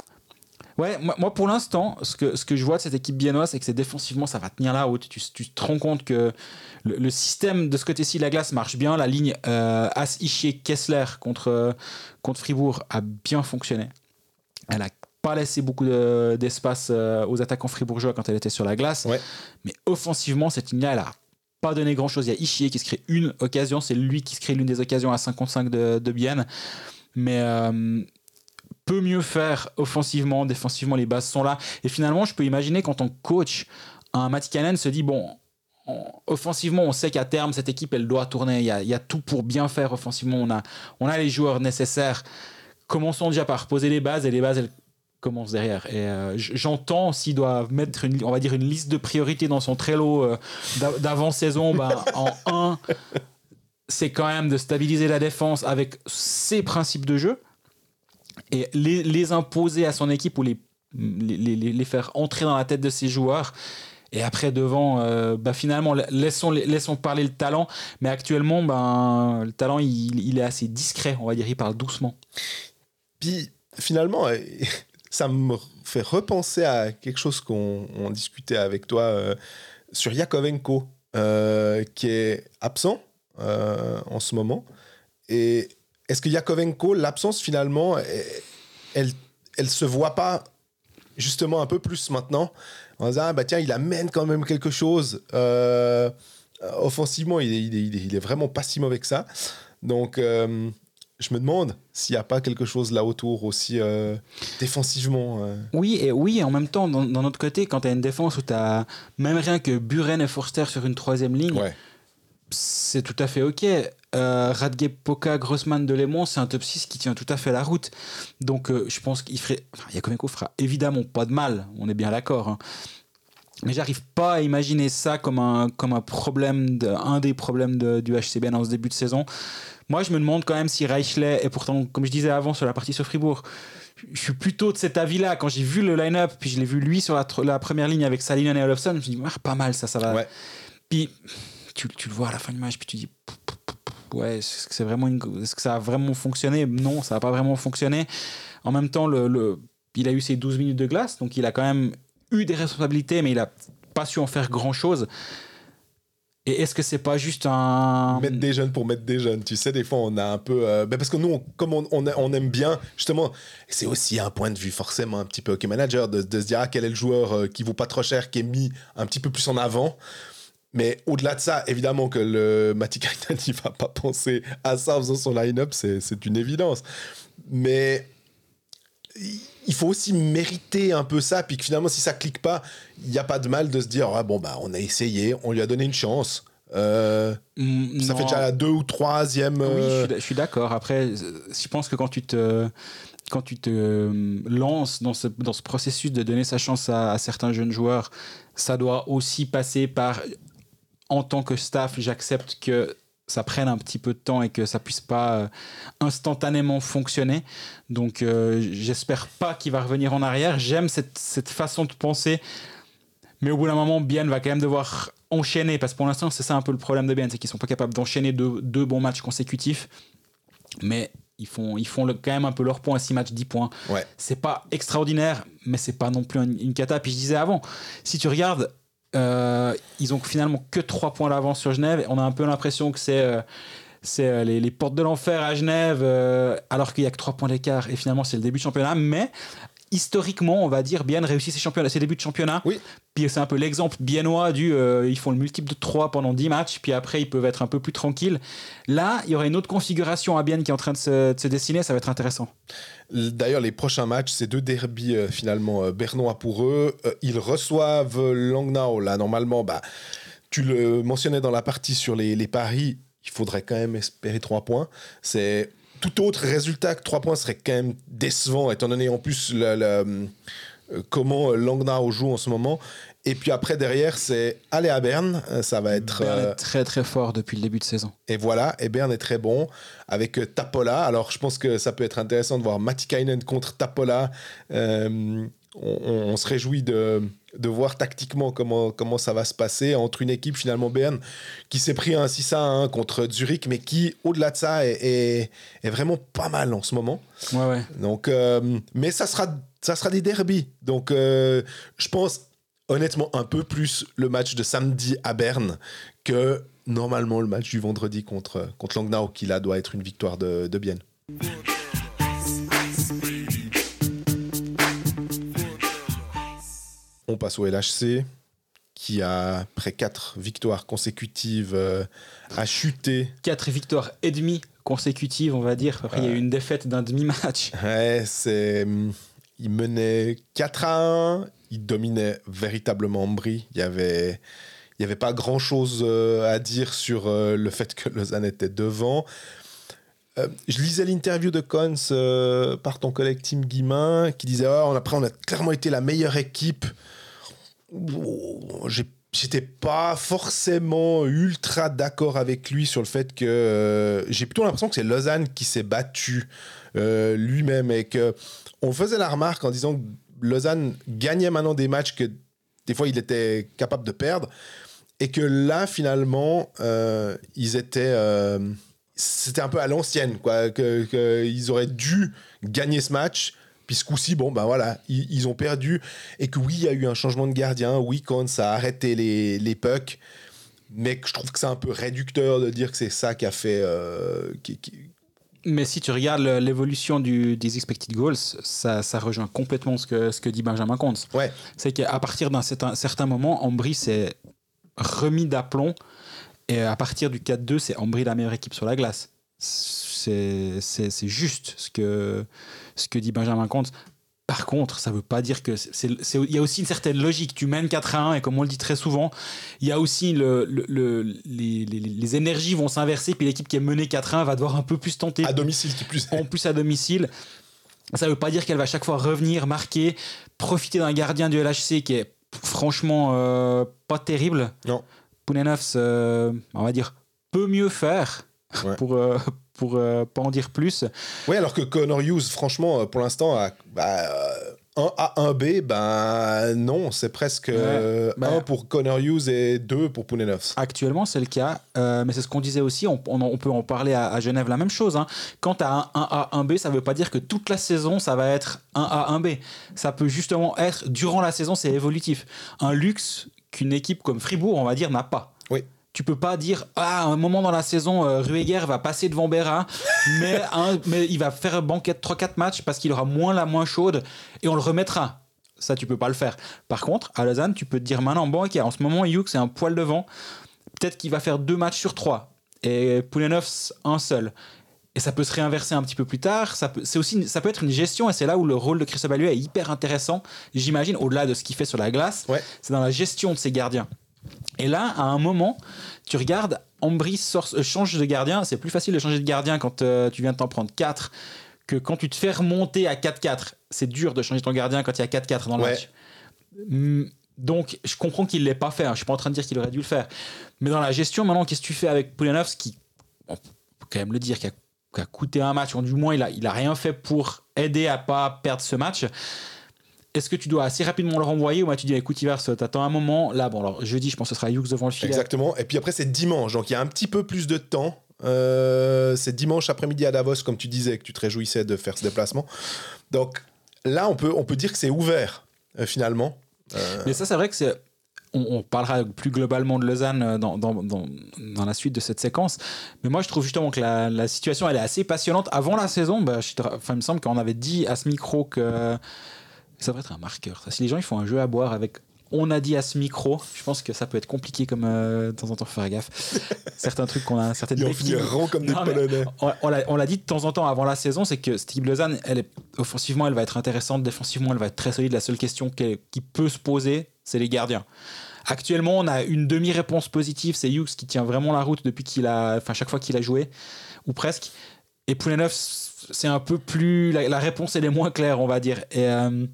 ouais, moi, moi pour l'instant, ce que, ce que je vois de cette équipe biennoise, c'est que c'est défensivement, ça va tenir la haute. Tu, tu te rends compte que le, le système de ce côté-ci de la glace marche bien. La ligne euh, As, Ischier, Kessler contre, contre Fribourg a bien fonctionné. Elle a pas laissé beaucoup de, d'espace euh, aux attaquants fribourgeois quand elle était sur la glace. Ouais. Mais offensivement, cette ligne-là, elle a pas donné grand-chose. Il y a Ischier qui se crée une occasion. C'est lui qui se crée l'une des occasions à cinq contre cinq de, de Bienne. Mais... Euh, peut mieux faire offensivement, défensivement, les bases sont là. Et finalement, je peux imaginer qu'en tant que coach, un Matikainen se dit bon, on, offensivement, on sait qu'à terme, cette équipe, elle doit tourner. Il y a, il y a tout pour bien faire offensivement. On a, on a les joueurs nécessaires. Commençons déjà par poser les bases et les bases, elles commencent derrière. Et euh, j'entends s'il doit mettre une, on va dire une liste de priorités dans son Trello euh, d'avant-saison, ben, en un, c'est quand même de stabiliser la défense avec ses principes de jeu et les, les imposer à son équipe ou les, les, les, les faire entrer dans la tête de ses joueurs. Et après, devant, euh, bah finalement, laissons, laissons parler le talent. Mais actuellement, ben, le talent, il, il est assez discret, on va dire. Il parle doucement. Puis, finalement, ça me fait repenser à quelque chose qu'on on discutait avec toi euh, sur Yakovenko, euh, qui est absent euh, en ce moment. Et est-ce que Yakovenko, l'absence, finalement, elle ne se voit pas justement un peu plus maintenant en disant, ah, bah tiens, il amène quand même quelque chose. Euh, offensivement, il est, il, est, il est vraiment pas si mauvais que ça. Donc, euh, je me demande s'il n'y a pas quelque chose là autour aussi euh, défensivement. Euh. Oui, et oui, et en même temps, d'un autre côté, quand tu as une défense où tu as même rien que Buren et Forster sur une troisième ligne, ouais. C'est tout à fait OK. Euh, Radge, Poka, Grossman, Delémont, c'est un top six qui tient tout à fait la route. Donc, euh, je pense qu'il ferait. Enfin, Yakovenko fera évidemment pas de mal, on est bien d'accord. Hein. Mais j'arrive pas à imaginer ça comme un, comme un problème, de, un des problèmes de, du H C B en ce début de saison. Moi, je me demande quand même si Reichley, et pourtant, comme je disais avant sur la partie sur Fribourg, je suis plutôt de cet avis-là. Quand j'ai vu le line-up, puis je l'ai vu lui sur la, la première ligne avec Salinen et Olofsson, je me dis, ah, pas mal, ça, ça va. Ouais. Puis, tu, tu le vois à la fin du match, puis tu dis, ouais, est-ce que, c'est vraiment une, est-ce que ça a vraiment fonctionné ? Non, ça n'a pas vraiment fonctionné. En même temps, le, le, il a eu ses douze minutes de glace, donc il a quand même eu des responsabilités, mais il n'a pas su en faire grand-chose. Et est-ce que c'est pas juste un... Mettre des jeunes pour mettre des jeunes, tu sais, des fois on a un peu... Euh, ben parce que nous, on, comme on, on, on aime bien, justement, c'est aussi un point de vue forcément un petit peu hockey manager, de, de se dire ah, quel est le joueur euh, qui vaut pas trop cher, qui est mis un petit peu plus en avant. Mais au-delà de ça, évidemment que le Matikainen, il va pas penser à ça en faisant son line-up, c'est, c'est une évidence. Mais il faut aussi mériter un peu ça, puis que finalement, si ça clique pas, il n'y a pas de mal de se dire ah, bon, bah, on a essayé, on lui a donné une chance. Euh, mmh, ça non. fait déjà la deux ou troisième. Euh... Oui, je suis, je suis d'accord. Après, je pense que quand tu te, quand tu te lances dans ce, dans ce processus de donner sa chance à, à certains jeunes joueurs, ça doit aussi passer par, en tant que staff, j'accepte que ça prenne un petit peu de temps et que ça puisse pas euh, instantanément fonctionner. Donc, euh, j'espère pas qu'il va revenir en arrière. J'aime cette, cette façon de penser. Mais au bout d'un moment, Bien va quand même devoir enchaîner, parce que pour l'instant, c'est ça un peu le problème de Bien, c'est qu'ils sont pas capables d'enchaîner deux, deux bons matchs consécutifs. Mais ils font, ils font le, quand même un peu leur point, six matchs, dix points. Ouais. C'est pas extraordinaire, mais c'est pas non plus une, une cata. Puis je disais avant, si tu regardes, euh, ils ont finalement que trois points d'avance sur Genève. On a un peu l'impression que c'est... Euh, c'est euh, les, les portes de l'enfer à Genève, euh, alors qu'il n'y a que trois points d'écart, et finalement c'est le début de championnat. Mais historiquement, on va dire, Bien réussit ses, championnats, ses débuts de championnat. Oui. Puis c'est un peu l'exemple biennois du euh, ils font le multiple de trois pendant dix matchs, puis après ils peuvent être un peu plus tranquilles. Là, il y aurait une autre configuration à Bien qui est en train de se, de se dessiner, ça va être intéressant. D'ailleurs, les prochains matchs, c'est deux derbies euh, finalement euh, bernois pour eux. Euh, ils reçoivent Langnau. Là, normalement, bah, tu le mentionnais dans la partie sur les, les paris, il faudrait quand même espérer trois points. C'est tout autre résultat que trois points serait quand même décevant, étant donné en plus la, la, euh, comment Langnau joue en ce moment. Et puis après, derrière, c'est aller à Berne. Ça va être... Berne euh, est très très fort depuis le début de saison. Et voilà, et Berne est très bon avec euh, Tapola. Alors, je pense que ça peut être intéressant de voir Matikainen contre Tapola. Euh, on, on se réjouit de, de voir tactiquement comment, comment ça va se passer entre une équipe, finalement, Berne, qui s'est pris un six à un contre Zurich, mais qui, au-delà de ça, est, est, est vraiment pas mal en ce moment. Ouais, ouais. Donc, euh, mais ça sera, ça sera des derbies. Donc, euh, je pense... honnêtement, un peu plus le match de samedi à Berne que normalement le match du vendredi contre, contre Langnau, qui là doit être une victoire de, de Bienne. On passe au L H C, qui a, après quatre victoires consécutives, euh, a chuté. Quatre victoires et demie consécutives, on va dire. Après, il euh, y a eu une défaite d'un demi-match. Ouais, c'est... il menait quatre à un, il dominait véritablement Ambry. Il y avait, il y avait pas grand-chose euh, à dire sur euh, le fait que Lausanne était devant. Euh, je lisais l'interview de Cons euh, par ton collègue Tim Guillemin qui disait oh, après on a clairement été la meilleure équipe. Oh, j'ai, j'étais pas forcément ultra d'accord avec lui sur le fait que euh, j'ai plutôt l'impression que c'est Lausanne qui s'est battu euh, lui-même et que on faisait la remarque en disant que Lausanne gagnait maintenant des matchs que des fois il était capable de perdre et que là finalement euh, ils étaient euh, c'était un peu à l'ancienne, quoi, que, que ils auraient dû gagner ce match, puis ce coup-ci, bon, ben voilà, ils, ils ont perdu, et que oui, il y a eu un changement de gardien, oui, Cons a arrêté les, les pucks, mais que je trouve que c'est un peu réducteur de dire que c'est ça qui a fait... Euh, qui, qui... Mais si tu regardes l'évolution du, des expected goals, ça, ça rejoint complètement ce que, ce que dit Benjamin Cons. Ouais. C'est qu'à partir d'un certain, certain moment, Ambry s'est remis d'aplomb. Et à partir du quatre deux, c'est Ambry la meilleure équipe sur la glace. C'est, c'est, c'est juste ce que, ce que dit Benjamin Cons. Par contre, ça ne veut pas dire que... Il y a aussi une certaine logique. Tu mènes quatre à un et comme on le dit très souvent, il y a aussi le, le, le, les, les, les énergies vont s'inverser puis l'équipe qui est menée quatre à un va devoir un peu plus tenter. À domicile, qui plus est. En plus à domicile. Ça ne veut pas dire qu'elle va chaque fois revenir, marquer, profiter d'un gardien du L H C qui est franchement euh, pas terrible. Non. Pounenovs, euh, on va dire, peut mieux faire ouais. pour, euh, pour euh, pas en dire plus. Oui, alors que Connor Hughes, franchement, pour l'instant, a, bah, un A, un B, ben non, c'est presque ouais, euh, bah, un pour Connor Hughes et deux pour Pounenovs. Actuellement, c'est le cas, euh, mais c'est ce qu'on disait aussi, on, on, on peut en parler à, à Genève, la même chose. Hein. Quand tu as un, un A, un B, ça ne veut pas dire que toute la saison, ça va être un A, un B. Ça peut justement être, durant la saison, c'est évolutif. Un luxe qu'une équipe comme Fribourg, on va dire, n'a pas. Oui. Tu peux pas dire ah, à un moment dans la saison, euh, Rueger va passer devant Béra, mais, hein, mais il va faire banquette trois quatre matchs parce qu'il aura moins la moins chaude et on le remettra. Ça, tu peux pas le faire. Par contre, à Lausanne, tu peux te dire maintenant, bon, ok, en ce moment, Hughes, c'est un poil devant. Peut-être qu'il va faire deux matchs sur trois et Poulenovs, un seul. Et ça peut se réinverser un petit peu plus tard. Ça peut, c'est aussi, ça peut être une gestion et c'est là où le rôle de Christophe Alliot est hyper intéressant. J'imagine, au-delà de ce qu'il fait sur la glace, ouais. c'est dans la gestion de ses gardiens. Et là, à un moment, tu regardes, Ambry sort, euh, change de gardien. C'est plus facile de changer de gardien quand euh, tu viens de t'en prendre quatre que quand tu te fais remonter à quatre quatre. C'est dur de changer ton gardien quand il y a quatre quatre dans le ouais. match. Hum, donc, je comprends qu'il ne l'ait pas fait. Hein. Je ne suis pas en train de dire qu'il aurait dû le faire. Mais dans la gestion, maintenant, qu'est-ce que tu fais avec Poulenovs qui, on peut quand même le dire, qui a, qui a coûté un match, ou du moins, il n'a il a rien fait pour aider à ne pas perdre ce match. Est-ce que tu dois assez rapidement le renvoyer ou tu dis écoute Ivers, t'attends un moment là bon alors jeudi je pense que ce sera Hughes devant le filet. Exactement, et puis après c'est dimanche donc il y a un petit peu plus de temps, euh, c'est dimanche après-midi à Davos comme tu disais que tu te réjouissais de faire ce déplacement, donc là on peut, on peut dire que c'est ouvert euh, finalement. Euh... Mais ça c'est vrai que c'est on, on parlera plus globalement de Lausanne dans, dans, dans, dans la suite de cette séquence, mais moi je trouve justement que la, la situation elle est assez passionnante. Avant la saison, bah, je, enfin, il me semble qu'on avait dit à ce micro que ça devrait être un marqueur. Ça. Si les gens ils font un jeu à boire avec on a dit à ce micro, je pense que ça peut être compliqué comme euh, de temps en temps, faut faire gaffe. Certains trucs qu'on a, certaines Ils finiront comme des non, Polonais. On, on, l'a, on l'a dit de temps en temps avant la saison, c'est que Steve Lausanne, elle est, offensivement, elle va être intéressante, défensivement, elle va être très solide. La seule question qui peut se poser, c'est les gardiens. Actuellement, on a une demi-réponse positive, c'est Hughes qui tient vraiment la route depuis qu'il a, enfin chaque fois qu'il a joué, ou presque. Et Poulenovs, c'est un peu plus, la, la réponse elle est moins claire, on va dire. Et euh,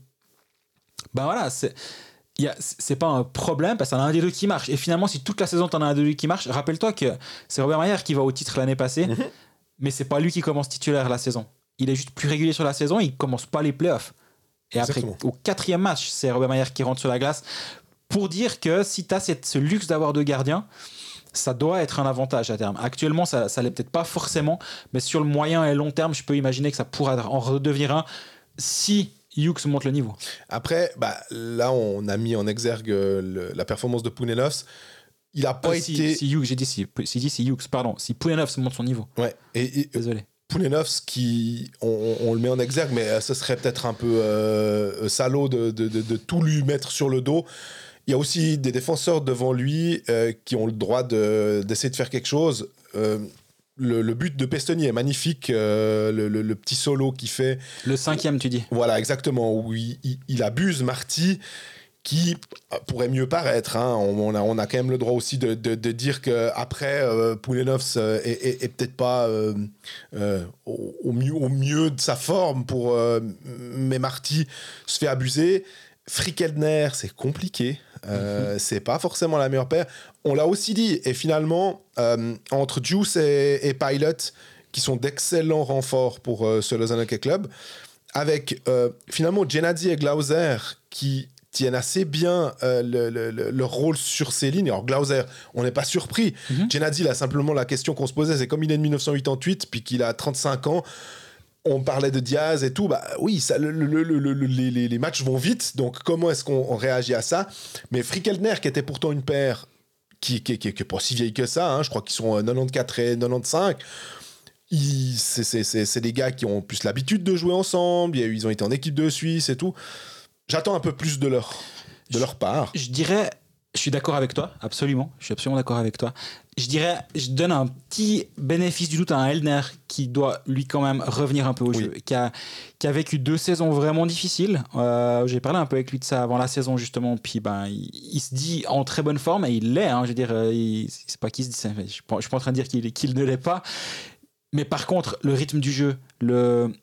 ben voilà, c'est, y a, c'est pas un problème parce que t'en as un des deux qui marche. Et finalement, si toute la saison t'en as un des deux qui marche, rappelle-toi que c'est Robert Mayer qui va au titre l'année passée, mm-hmm. mais c'est pas lui qui commence titulaire la saison. Il est juste plus régulier sur la saison, il commence pas les playoffs. Et Exactement. Après, au quatrième match, c'est Robert Mayer qui rentre sur la glace pour dire que si t'as cette, ce luxe d'avoir deux gardiens, ça doit être un avantage à terme. Actuellement, ça ne l'est peut-être pas forcément, mais sur le moyen et long terme, je peux imaginer que ça pourra en redevenir un si Hughes monte le niveau. Après, bah, là, on a mis en exergue le, la performance de Poulenovs. Il n'a pas euh, été... Si, si Hughes, j'ai dit si, si, dit si Hughes, pardon. Si Poulenovs monte son niveau. Ouais. Et, et, Désolé. Poulenovs, qui, on, on le met en exergue, mais ce serait peut-être un peu euh, salaud de, de, de, de tout lui mettre sur le dos. Il y a aussi des défenseurs devant lui euh, qui ont le droit de, d'essayer de faire quelque chose. Euh, le, le but de Pestoni est magnifique, euh, le, le, le petit solo qu'il fait. Le cinquième, tu dis. Voilà, exactement, où il, il, il abuse Marty, qui pourrait mieux paraître. Hein. On, on, a, on a quand même le droit aussi de, de, de dire qu'après, euh, Poulenovs est, est, est peut-être pas euh, euh, au, au, mieux, au mieux de sa forme, pour, euh, mais Marty se fait abuser. Frickeldner, c'est compliqué. Euh, mm-hmm. C'est pas forcément la meilleure paire. On l'a aussi dit. Et finalement, euh, entre Juice et, et Pilot, qui sont d'excellents renforts pour euh, ce Lausanne Hockey Club, avec euh, finalement Gennady et Glauser qui tiennent assez bien euh, le, le, le, le rôle sur ces lignes. Alors Glauser, on n'est pas surpris. Mm-hmm. Gennady, là, simplement, la question qu'on se posait, c'est comme il est de dix-neuf cent quatre-vingt-huit, puis qu'il a trente-cinq ans, on parlait de Diaz et tout, bah oui, ça, le, le, le, le, les, les matchs vont vite, donc comment est-ce qu'on réagit à ça? Mais Frickeldner, qui était pourtant une paire qui n'est qui, qui, qui pas si vieille que ça, hein, je crois qu'ils sont quatre-vingt-quatorze et quatre-vingt-quinze, ils, c'est, c'est, c'est, c'est des gars qui ont plus l'habitude de jouer ensemble, ils ont été en équipe de Suisse et tout. J'attends un peu plus de leur, de leur part. Je, je dirais, je suis d'accord avec toi, absolument, je suis absolument d'accord avec toi. Je dirais, je donne un petit bénéfice du doute à un Eldner qui doit lui quand même revenir un peu au oui. jeu, qui a, qui a vécu deux saisons vraiment difficiles. Euh, j'ai parlé un peu avec lui de ça avant la saison justement, puis ben il, il se dit en très bonne forme et il l'est. Hein, je veux dire, il, c'est pas qu'il se dit, je suis pas, je suis pas en train de dire qu'il, qu'il ne l'est pas, mais par contre le rythme du jeu, le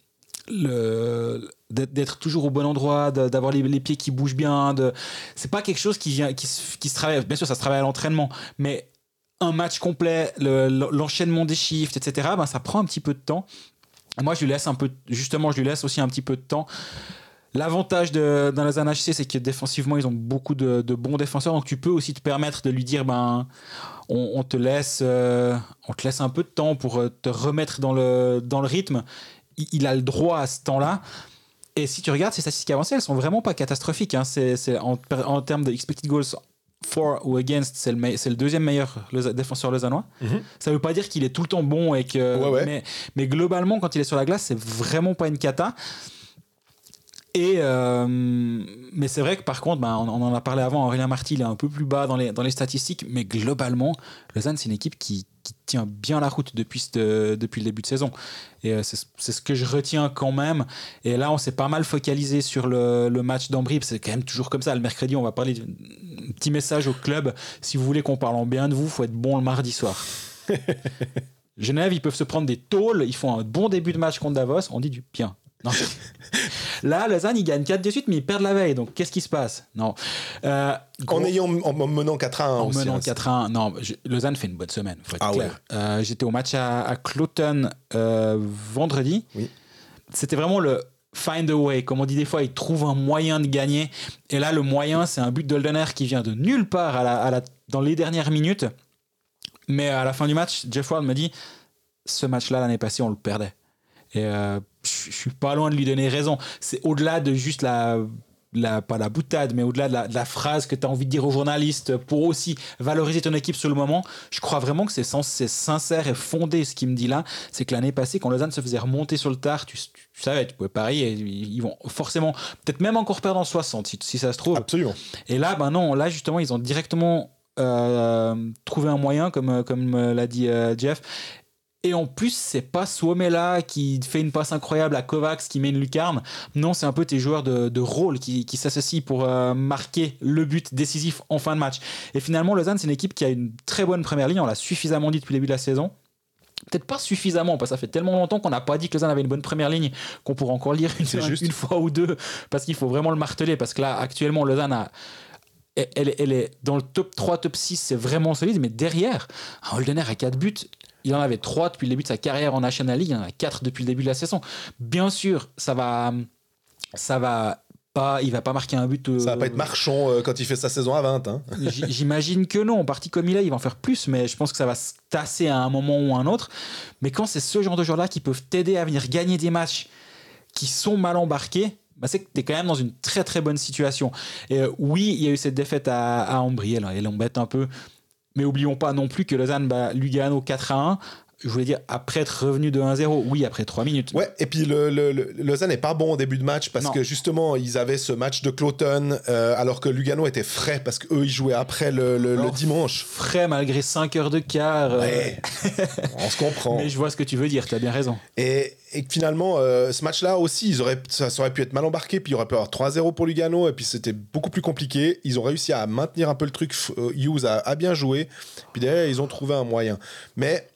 le d'être, d'être toujours au bon endroit, de, d'avoir les, les pieds qui bougent bien, de, c'est pas quelque chose qui vient, qui, qui se travaille. Bien sûr, ça se travaille à l'entraînement, mais un match complet, le, l'enchaînement des shifts, et cetera, ben, ça prend un petit peu de temps. Moi, je lui laisse un peu, justement, je lui laisse aussi un petit peu de temps. L'avantage de, dans les N H C, c'est que défensivement, ils ont beaucoup de, de bons défenseurs, donc tu peux aussi te permettre de lui dire, ben, on, on te laisse, euh, on te laisse un peu de temps pour te remettre dans le, dans le rythme. Il, il a le droit à ce temps-là. Et si tu regardes ses statistiques avancées, elles sont vraiment pas catastrophiques. Hein. C'est, c'est en, en termes de expected goals for ou against, c'est le, me- c'est le deuxième meilleur le, défenseur lausannois. Mm-hmm. Ça veut pas dire qu'il est tout le temps bon et que, ouais, ouais. Mais, mais globalement, quand il est sur la glace, c'est vraiment pas une cata. Et euh, mais c'est vrai que par contre, ben, on, on en a parlé avant, Aurélien Marty, il est un peu plus bas dans les, dans les statistiques, mais globalement, Lausanne, c'est une équipe qui, qui tient bien la route depuis, cette, depuis le début de saison. Et euh, c'est, c'est ce que je retiens quand même. Et là, on s'est pas mal focalisé sur le, le match d'Ambry. C'est quand même toujours comme ça. Le mercredi, on va parler d'un petit message au club. Si vous voulez qu'on parle en bien de vous, il faut être bon le mardi soir. Genève, ils peuvent se prendre des tôles. Ils font un bon début de match contre Davos. On dit du bien. Non. Là, Lausanne, ils gagnent quatre de suite, mais ils perdent la veille. Donc, qu'est-ce qui se passe? Non. Euh, gros, en ayant en, en menant quatre à un. En aussi, menant hein, quatre à un. Non, je, Lausanne fait une bonne semaine. Faut être ah clair. Ouais. Euh, j'étais au match à, à Cloton euh, vendredi. Oui. C'était vraiment le find a way. Comme on dit des fois, ils trouvent un moyen de gagner. Et là, le moyen, c'est un but d'Oldener qui vient de nulle part à la, à la, dans les dernières minutes. Mais à la fin du match, Jeff Ward me dit, ce match-là, l'année passée, on le perdait. Et euh, je suis pas loin de lui donner raison. C'est au-delà de juste la, la pas la boutade, mais au-delà de la, de la phrase que tu as envie de dire aux journalistes pour aussi valoriser ton équipe sur le moment. Je crois vraiment que c'est, sens, c'est sincère et fondé ce qu'il me dit là. C'est que l'année passée, quand Lausanne se faisait remonter sur le tard, tu, tu, tu savais, tu pouvais parier, ils vont forcément, peut-être même encore perdre en soixante si, si ça se trouve. Absolument. Et là, ben non, là justement, ils ont directement euh, trouvé un moyen, comme, comme l'a dit euh, Jeff. Et en plus, c'est pas Suomela qui fait une passe incroyable à Kovacs qui met une lucarne. Non, c'est un peu tes joueurs de, de rôle qui, qui s'associent pour euh, marquer le but décisif en fin de match. Et finalement, Lausanne, c'est une équipe qui a une très bonne première ligne. On l'a suffisamment dit depuis le début de la saison. Peut-être pas suffisamment, parce que ça fait tellement longtemps qu'on n'a pas dit que Lausanne avait une bonne première ligne qu'on pourrait encore lire une, une, une fois ou deux, parce qu'il faut vraiment le marteler. Parce que là, actuellement, Lausanne a... Elle, elle est dans le top trois, top six, c'est vraiment solide. Mais derrière, un Holdener à quatre buts... Il en avait trois depuis le début de sa carrière en National League, il en a quatre depuis le début de la saison. Bien sûr, ça va, ça va pas, il va pas marquer un but. Euh, ça va pas être Marchand euh, quand il fait sa saison à vingt. Hein. J'imagine que non. Parti comme il est, il va en faire plus, mais je pense que ça va se tasser à un moment ou à un autre. Mais quand c'est ce genre de joueurs-là qui peuvent t'aider à venir gagner des matchs qui sont mal embarqués, bah c'est que tu es quand même dans une très très bonne situation. Et euh, oui, il y a eu cette défaite à, à Ambry, elle, elle embête un peu. Mais oublions pas non plus que Lausanne bat Lugano quatre à un. je voulais dire, après être revenu de un zéro, oui, après trois minutes. Ouais, et puis le, le, le, Lausanne n'est pas bon au début de match parce non. que justement, ils avaient ce match de Cloton euh, alors que Lugano était frais parce qu'eux, ils jouaient après le, le, le dimanche. Frais malgré cinq heures de quart. Ouais, euh... on se comprend. Mais je vois ce que tu veux dire, tu as bien raison. Et, et finalement, euh, ce match-là aussi, ils auraient, ça, ça aurait pu être mal embarqué, puis il aurait pu y avoir trois zéro pour Lugano, et puis c'était beaucoup plus compliqué. Ils ont réussi à maintenir un peu le truc, euh, Hughes a, a bien joué, puis derrière, ils ont trouvé un moyen. Mais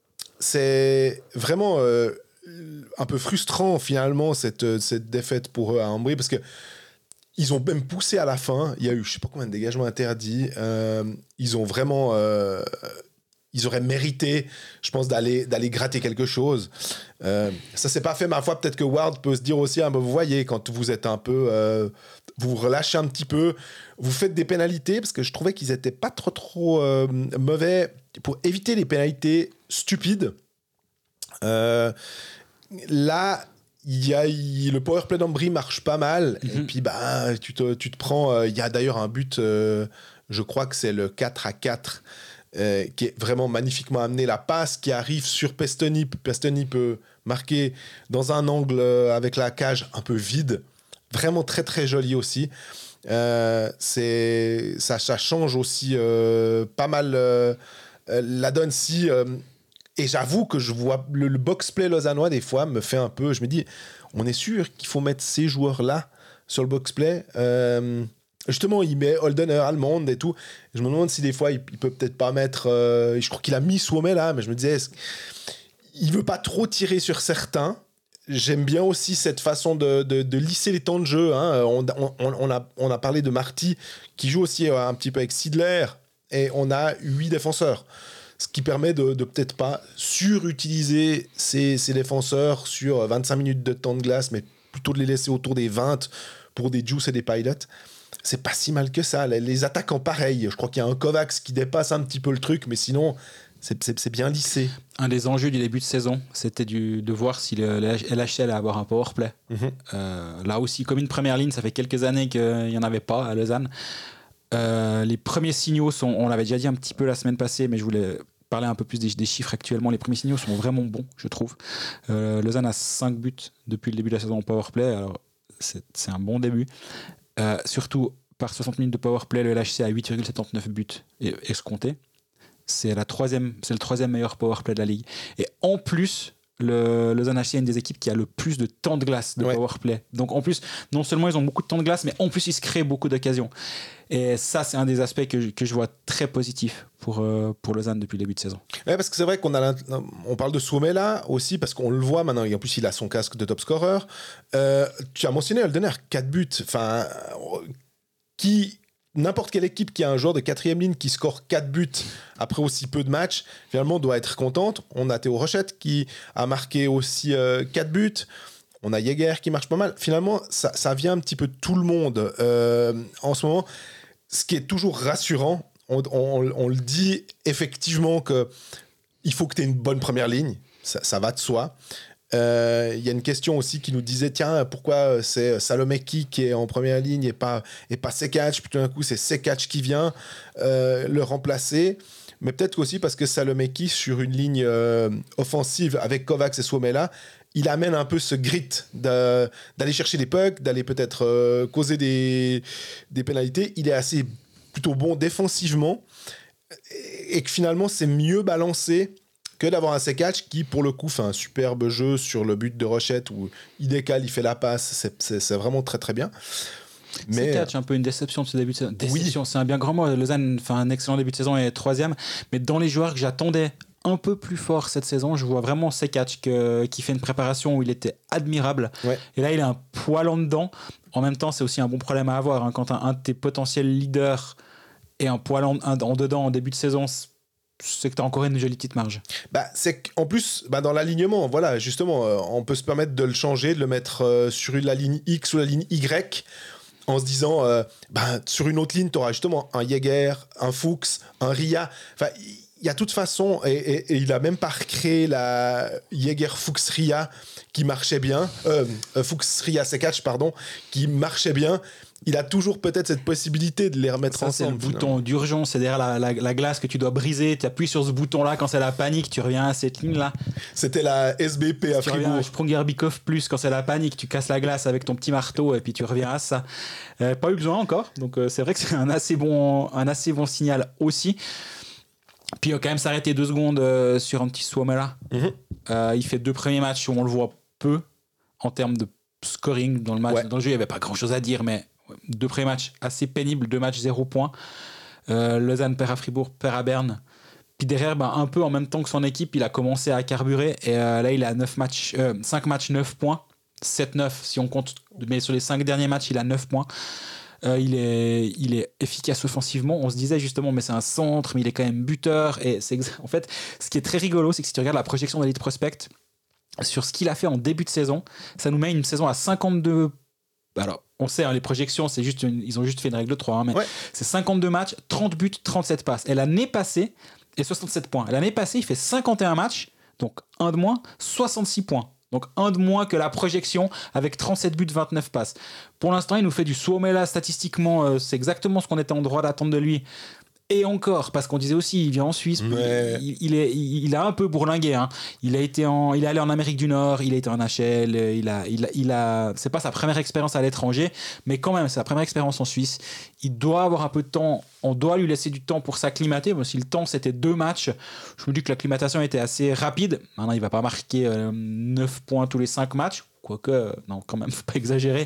c'est vraiment euh, un peu frustrant finalement cette, cette défaite pour eux à Ambry parce que ils ont même poussé à la fin. Il y a eu je sais pas combien de dégagements interdits. Euh, ils ont vraiment euh, ils auraient mérité, je pense, d'aller d'aller gratter quelque chose. Euh, ça s'est pas fait ma foi. Peut-être que Ward peut se dire aussi, hein, bah, vous voyez, quand vous êtes un peu, euh, vous relâchez un petit peu, vous faites des pénalités parce que je trouvais qu'ils étaient pas trop trop euh, mauvais pour éviter les pénalités stupides. Euh, là, il y a il, le powerplay d'Ambry marche pas mal. Mm-hmm. Et puis bah tu te tu te prends. Il euh, y a d'ailleurs un but. Euh, je crois que c'est le quatre à quatre. Euh, qui est vraiment magnifiquement amené, la passe qui arrive sur Pestoni. Pestoni peut marquer dans un angle avec la cage un peu vide, vraiment très très joli aussi. Euh, c'est, ça, ça change aussi euh, pas mal euh, la donne si euh, et j'avoue que je vois le, le box-play lausannois des fois me fait un peu, je me dis on est sûr qu'il faut mettre ces joueurs là sur le box-play. euh, Justement, il met Holdener, Allemande et tout. Je me demande si des fois, il, il peut peut-être pas mettre... Euh, je crois qu'il a mis Suomet là, mais je me disais... Il veut pas trop tirer sur certains. J'aime bien aussi cette façon de, de, de lisser les temps de jeu. Hein. On, on, on, a, on a parlé de Marty, qui joue aussi un petit peu avec Sidler. Et on a huit défenseurs. Ce qui permet de, de peut-être pas surutiliser ces, ces défenseurs sur vingt-cinq minutes de temps de glace, mais plutôt de les laisser autour des vingt pour des Juice et des Pilots. C'est pas si mal que ça. Les attaquants, pareil. Je crois qu'il y a un Kovacs qui dépasse un petit peu le truc, mais sinon, c'est, c'est, c'est bien lissé. Un des enjeux du début de saison, c'était du, de voir si le, le L H C allait avoir un powerplay. Mm-hmm. Euh, là aussi, comme une première ligne, ça fait quelques années qu'il n'y en avait pas à Lausanne. Euh, les premiers signaux sont, on l'avait déjà dit un petit peu la semaine passée, mais je voulais parler un peu plus des, des chiffres actuellement. Les premiers signaux sont vraiment bons, je trouve. Euh, Lausanne a cinq buts depuis le début de la saison en powerplay. Alors, c'est, c'est un bon début. Euh, surtout, par soixante minutes de powerplay, le L H C a huit virgule soixante-dix-neuf buts escomptés. C'est, la troisième, c'est le troisième meilleur powerplay de la ligue. Et en plus, le Lausanne H C est une des équipes qui a le plus de temps de glace de ouais. powerplay. Donc en plus, non seulement ils ont beaucoup de temps de glace, mais en plus ils se créent beaucoup d'occasions. Et ça, c'est un des aspects que je, que je vois très positif pour, euh, pour Lausanne depuis le début de saison. Ouais, parce que c'est vrai qu'on a on parle de Suomet là aussi, parce qu'on le voit maintenant. En plus, il a son casque de top scorer. Euh, tu as mentionné Holdener, quatre buts. Enfin, qui... N'importe quelle équipe qui a un joueur de quatrième ligne qui score quatre buts après aussi peu de matchs, finalement, doit être contente. On a Théo Rochette qui a marqué aussi euh, quatre buts. On a Jäger qui marche pas mal. Finalement, ça, ça vient un petit peu de tout le monde euh, en ce moment. Ce qui est toujours rassurant, on, on, on le dit effectivement qu'il faut que tu aies une bonne première ligne. Ça, ça va de soi. Il euh, y a une question aussi qui nous disait tiens, pourquoi c'est Salomeki qui est en première ligne et pas, et pas Sekac, puis tout d'un coup c'est Sekac qui vient euh, le remplacer, mais peut-être aussi parce que Salomeki sur une ligne euh, offensive avec Kovacs et Suomet là, il amène un peu ce grit de, d'aller chercher des pucks, d'aller peut-être euh, causer des, des pénalités. Il est assez plutôt bon défensivement et, et que finalement c'est mieux balancé que d'avoir un Sekac qui, pour le coup, fait un superbe jeu sur le but de Rochette où il décale, il fait la passe. C'est, c'est, c'est vraiment très, très bien. Mais Sekac, un peu une déception de ce début de saison. Déception, oui. C'est un bien grand mot. Lausanne fait un excellent début de saison et est troisième. Mais dans les joueurs que j'attendais un peu plus fort cette saison, je vois vraiment Sekac que, qui fait une préparation où il était admirable. Ouais. Et là, il a un poil en dedans. En même temps, c'est aussi un bon problème à avoir. Hein, quand un, un de tes potentiels leaders est un poil en, un, en dedans en début de saison, c'est que tu as encore une jolie petite marge. Bah, c'est qu'en plus, bah, dans l'alignement, voilà, justement, euh, on peut se permettre de le changer, de le mettre euh, sur la ligne X ou la ligne Y, en se disant, euh, bah, sur une autre ligne, tu auras justement un Jäger, un Fuchs, un Ria. Enfin, il y a de toute façon, et, et, et il a même pas recréé la Jäger-Fuchs-Ria, qui marchait bien, euh, euh, Fuchs Riasekac, pardon, qui marchait bien. Il a toujours peut-être cette possibilité de les remettre ça, ensemble. C'est le bouton d'urgence, c'est derrière la, la, la glace que tu dois briser. Tu appuies sur ce bouton-là quand c'est la panique, tu reviens à cette ligne-là. C'était la S B P à tu Fribourg. Je prends Gerbikov plus quand c'est la panique, tu casses la glace avec ton petit marteau et puis tu reviens à ça. Euh, pas eu besoin encore, donc euh, c'est vrai que c'est un assez bon, un assez bon signal aussi. Puis il va quand même s'arrêter deux secondes euh, sur Antti Suomela. Mm-hmm. Euh, il fait deux premiers matchs où on le voit peu en termes de scoring dans le match. Ouais. Dans le jeu, il n'y avait pas grand-chose à dire, mais deux premiers matchs assez pénibles, deux matchs zéro point. Euh, Lausanne perd à Fribourg, perd à Berne. Puis derrière, ben, un peu en même temps que son équipe, il a commencé à carburer. Et euh, là, il a neuf matchs, euh, cinq matchs, neuf points. sept neuf si on compte. Mais sur les cinq derniers matchs, il a neuf points. Euh, il, est, il est efficace offensivement. On se disait justement, mais c'est un centre, mais il est quand même buteur. Et c'est exa- en fait, ce qui est très rigolo, c'est que si tu regardes la projection d'Elite Prospect, sur ce qu'il a fait en début de saison, ça nous met une saison à cinquante-deux. Alors, on sait, hein, les projections, c'est juste une, ils ont juste fait une règle de trois, hein, mais ouais. C'est cinquante-deux matchs, trente buts, trente-sept passes. Et l'année passée, et soixante-sept points. L'année passée, il fait cinquante et un matchs, donc un de moins, soixante-six points. Donc un de moins que la projection avec trente-sept buts, vingt-neuf passes. Pour l'instant, il nous fait du Suomela statistiquement, euh, c'est exactement ce qu'on était en droit d'attendre de lui. Et encore, parce qu'on disait aussi, il vient en Suisse, mais... il, il, est, il, il a un peu bourlingué. Hein. Il, a été en, il est allé en Amérique du Nord, il a été en H L, il a, il a, il a, c'est pas sa première expérience à l'étranger, mais quand même, c'est sa première expérience en Suisse. Il doit avoir un peu de temps, on doit lui laisser du temps pour s'acclimater. Bon, si le temps c'était deux matchs, je me dis que l'acclimatation était assez rapide. Maintenant, il va pas marquer euh, neuf points tous les cinq matchs, quoique, non, quand même, faut pas exagérer.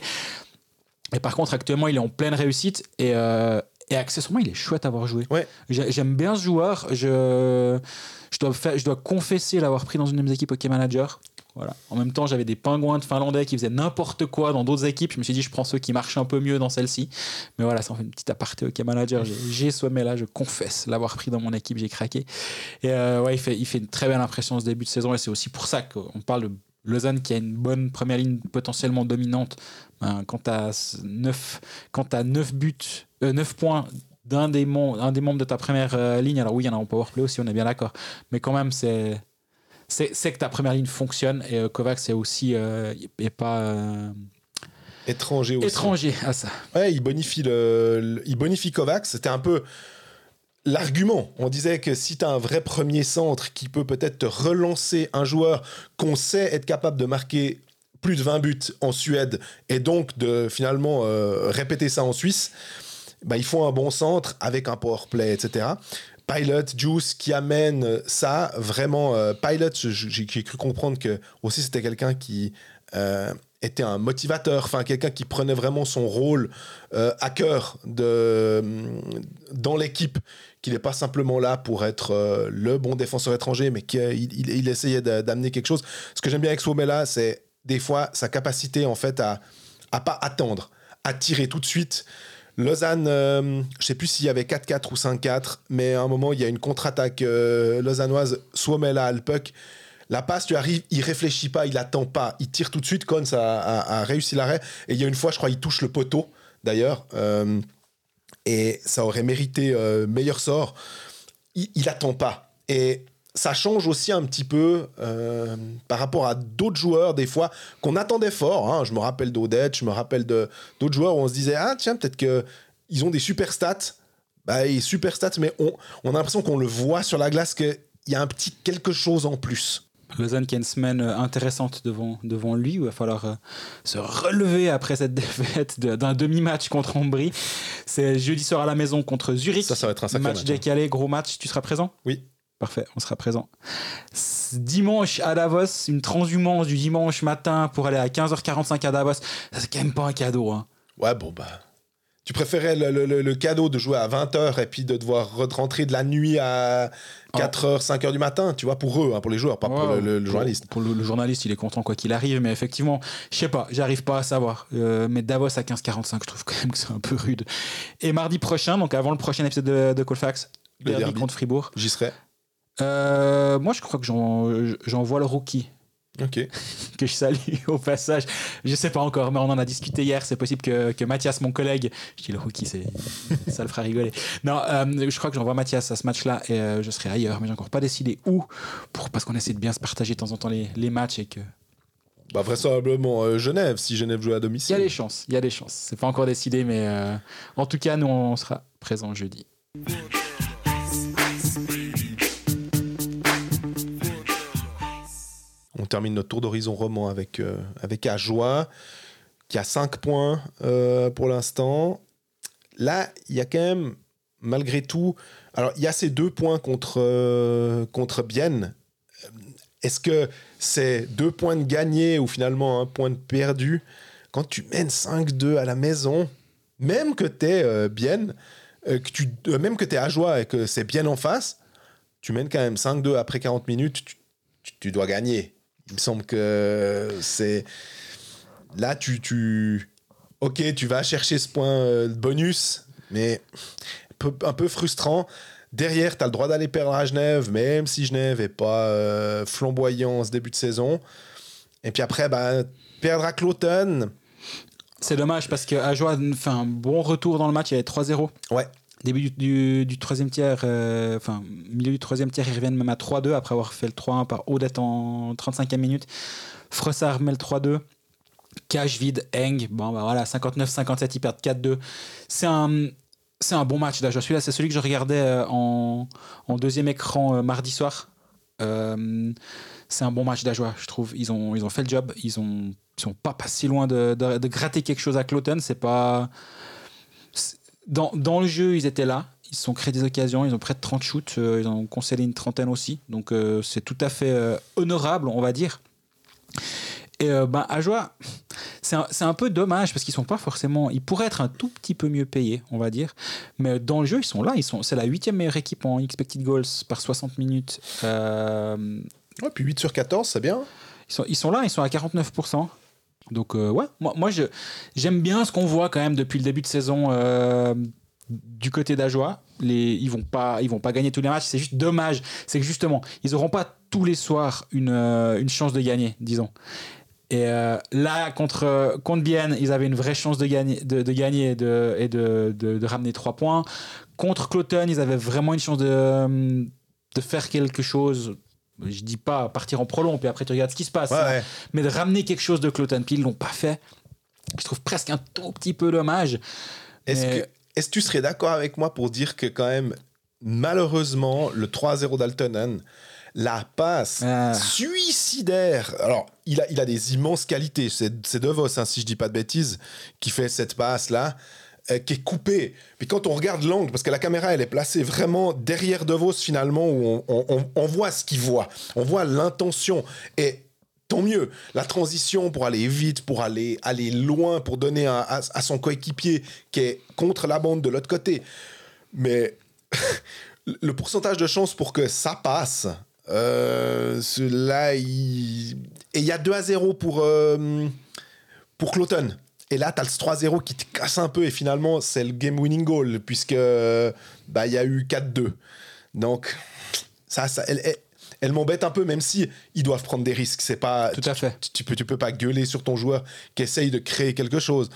Et par contre, actuellement, il est en pleine réussite et. Euh, Et accessoirement, il est chouette à avoir joué. Ouais. J'aime bien ce joueur. Je, je, dois faire, je dois confesser l'avoir pris dans une de mes équipes Hockey Manager. Voilà. En même temps, j'avais des pingouins de Finlandais qui faisaient n'importe quoi dans d'autres équipes. Je me suis dit, je prends ceux qui marchent un peu mieux dans celle-ci. Mais voilà, ça en fait une petite aparté Hockey Manager. J'ai, j'ai Suomela, je confesse l'avoir pris dans mon équipe. J'ai craqué. Et euh, ouais, il fait, il fait une très belle impression ce début de saison. Et c'est aussi pour ça qu'on parle de Lausanne qui a une bonne première ligne potentiellement dominante. Ben, quand tu as neuf, neuf buts, euh, neuf points d'un des, mem- un des membres de ta première euh, ligne, alors oui, il y en a en powerplay aussi, on est bien d'accord. Mais quand même, c'est, c'est, c'est que ta première ligne fonctionne. Et euh, Kovacs c'est aussi euh, est pas euh, étranger aussi. Étranger à ça. Ouais, il bonifie, le, le, il bonifie Kovacs. C'était un peu l'argument. On disait que si tu as un vrai premier centre qui peut peut-être te relancer un joueur qu'on sait être capable de marquer plus de vingt buts en Suède et donc de finalement euh, répéter ça en Suisse, bah, il faut un bon centre avec un powerplay, et cetera. Pilot, Juice qui amène ça vraiment. Euh, Pilot, j'ai, j'ai cru comprendre que aussi c'était quelqu'un qui euh, était un motivateur, enfin quelqu'un qui prenait vraiment son rôle euh, à cœur de, dans l'équipe, qu'il n'est pas simplement là pour être euh, le bon défenseur étranger, mais qu'il il, il essayait de, d'amener quelque chose. Ce que j'aime bien avec Suomela, c'est des fois sa capacité en fait à à pas attendre, à tirer tout de suite. Lausanne, euh, je sais plus s'il y avait quatre quatre ou cinq quatre, mais à un moment il y a une contre-attaque euh, lausannoise, Suomela a le puck, la passe, tu arrives, il réfléchit pas, il attend pas, il tire tout de suite. Cons a, a, a réussi l'arrêt, et il y a une fois je crois il touche le poteau d'ailleurs, euh, et ça aurait mérité euh, meilleur sort. Il, il attend pas, et ça change aussi un petit peu euh, par rapport à d'autres joueurs, des fois, qu'on attendait fort. Hein. Je me rappelle d'Odette, je me rappelle de, d'autres joueurs où on se disait « Ah, tiens, peut-être qu'ils ont des super stats. » Bah, ils super stats, mais on, on a l'impression qu'on le voit sur la glace, qu'il y a un petit quelque chose en plus. Lausanne qui a une semaine intéressante devant, devant lui, où il va falloir euh, se relever après cette défaite de, d'un demi-match contre Ambry. C'est jeudi soir à la maison contre Zurich. Ça, ça va être un sacré match. Match décalé, gros match. Tu seras présent ? Oui. Parfait, on sera présent. Dimanche à Davos, une transhumance du dimanche matin pour aller à quinze heures quarante-cinq à Davos. Ça, c'est quand même pas un cadeau. Hein. Ouais, bon, bah. Tu préférais le, le, le cadeau de jouer à vingt heures et puis de devoir rentrer de la nuit à quatre heures, cinq heures du matin, tu vois, pour eux, hein, pour les joueurs, pas ouais, pour le, le, le journaliste. Pour, pour le, le journaliste, il est content quoi qu'il arrive, mais effectivement, je sais pas, j'arrive pas à savoir. Euh, mais Davos à quinze heures quarante-cinq, je trouve quand même que c'est un peu rude. Et mardi prochain, donc avant le prochain épisode de, de Colfax, le derby, derby contre Fribourg. J'y serai. Euh, moi, je crois que j'en, j'envoie le rookie. Ok. Que je salue au passage. Je sais pas encore, mais on en a discuté hier. C'est possible que, que Mathias, mon collègue, je dis le rookie, c'est, ça le fera rigoler. Non, euh, je crois que j'envoie Mathias à ce match-là et euh, je serai ailleurs, mais j'ai encore pas décidé où, pour, parce qu'on essaie de bien se partager de temps en temps les, les matchs et que Bah, vraisemblablement euh, Genève, si Genève joue à Il domicile. y a des chances, il y a des chances. C'est pas encore décidé, mais euh, en tout cas, nous, on sera présents jeudi. On termine notre tour d'horizon roman avec, euh, avec Ajoie, qui a cinq points euh, pour l'instant. Là, il y a quand même, malgré tout... Alors, il y a ces deux points contre, euh, contre Bienne. Est-ce que c'est deux points de gagnés ou finalement un point de perdu? Quand tu mènes cinq deux à la maison, même que tu es euh, Bienne, euh, que tu, euh, même que tu es Ajoie et que c'est Bienne en face, tu mènes quand même cinq deux après quarante minutes, tu, tu, tu dois gagner. Il me semble que c'est... Là, tu... tu... Ok, tu vas chercher ce point euh, bonus, mais un peu, un peu frustrant. Derrière, tu as le droit d'aller perdre à Genève, même si Genève n'est pas euh, flamboyant en ce début de saison. Et puis après, bah, perdre à Cloton. C'est dommage parce qu'Ajoie fait un bon retour dans le match, il y avait trois zéro. Ouais. Début du, du, du troisième tiers, euh, enfin, milieu du troisième tiers, ils reviennent même à trois deux après avoir fait le trois un par Odette en trente-cinquième minute. Frossard met le trois deux. Cage vide, Eng, bon bah voilà, cinquante-neuf cinquante-sept, ils perdent quatre deux. C'est un, c'est un bon match d'Ajoie. Celui-là, c'est celui que je regardais euh, en, en deuxième écran euh, mardi soir. Euh, c'est un bon match d'Ajoie, je trouve. Ils ont, ils ont fait le job. Ils ont, ils sont pas pas si loin de, de, de gratter quelque chose à Cloton. C'est pas... C'est, dans, dans le jeu, ils étaient là. Ils se sont créés des occasions. Ils ont près de trente shoots. Euh, ils en ont concédé une trentaine aussi. Donc, euh, c'est tout à fait euh, honorable, on va dire. Et euh, ben, Ajoie, c'est un, c'est un peu dommage parce qu'ils sont pas forcément... Ils pourraient être un tout petit peu mieux payés, on va dire. Mais dans le jeu, ils sont là. Ils sont, c'est la huitième meilleure équipe en expected goals par soixante minutes. Euh... Ouais, puis huit sur quatorze, c'est bien. Ils sont, ils sont là, ils sont à quarante-neuf pour cent. Donc, euh, ouais, moi, moi je, j'aime bien ce qu'on voit quand même depuis le début de saison euh, du côté d'Ajoie. Les, ils vont pas, ils vont pas gagner tous les matchs. C'est juste dommage. C'est que justement, ils n'auront pas tous les soirs une, euh, une chance de gagner, disons. Et euh, là, contre, contre Bienne, ils avaient une vraie chance de gagner, de, de gagner et, de, et de, de, de ramener trois points. Contre Cloton, ils avaient vraiment une chance de, de faire quelque chose. Je dis pas partir en prolong, puis après tu regardes ce qui se passe. Ouais, hein, ouais. Mais de ramener quelque chose de Cloton, puis ils l'ont pas fait. Je trouve presque un tout petit peu dommage. Est-ce mais... que, est-ce que tu serais d'accord avec moi pour dire que quand même, malheureusement, le trois zéro d'Altonen, la passe ah. suicidaire. Alors, il a, il a des immenses qualités. C'est, c'est De Vos, hein, si je dis pas de bêtises, qui fait cette passe-là, euh, qui est coupée. Puis quand on regarde l'angle, parce que la caméra, elle est placée vraiment derrière De Vos, finalement, où on, on, on, on voit ce qu'il voit. On voit l'intention. Et tant mieux. La transition pour aller vite, pour aller, aller loin, pour donner un, à, à son coéquipier qui est contre la bande de l'autre côté. Mais le pourcentage de chance pour que ça passe... Euh, là, il... et il y a deux à zéro pour, euh, pour Cloton. Et là, tu as le trois zéro qui te casse un peu. Et finalement, c'est le game-winning goal, puisque bah, y a eu quatre deux. Donc, ça, ça, elle, elle, elle m'embête un peu, même si ils doivent prendre des risques. C'est pas, Tout à fait. Tu, tu, peux, tu peux pas gueuler sur ton joueur qui essaye de créer quelque chose.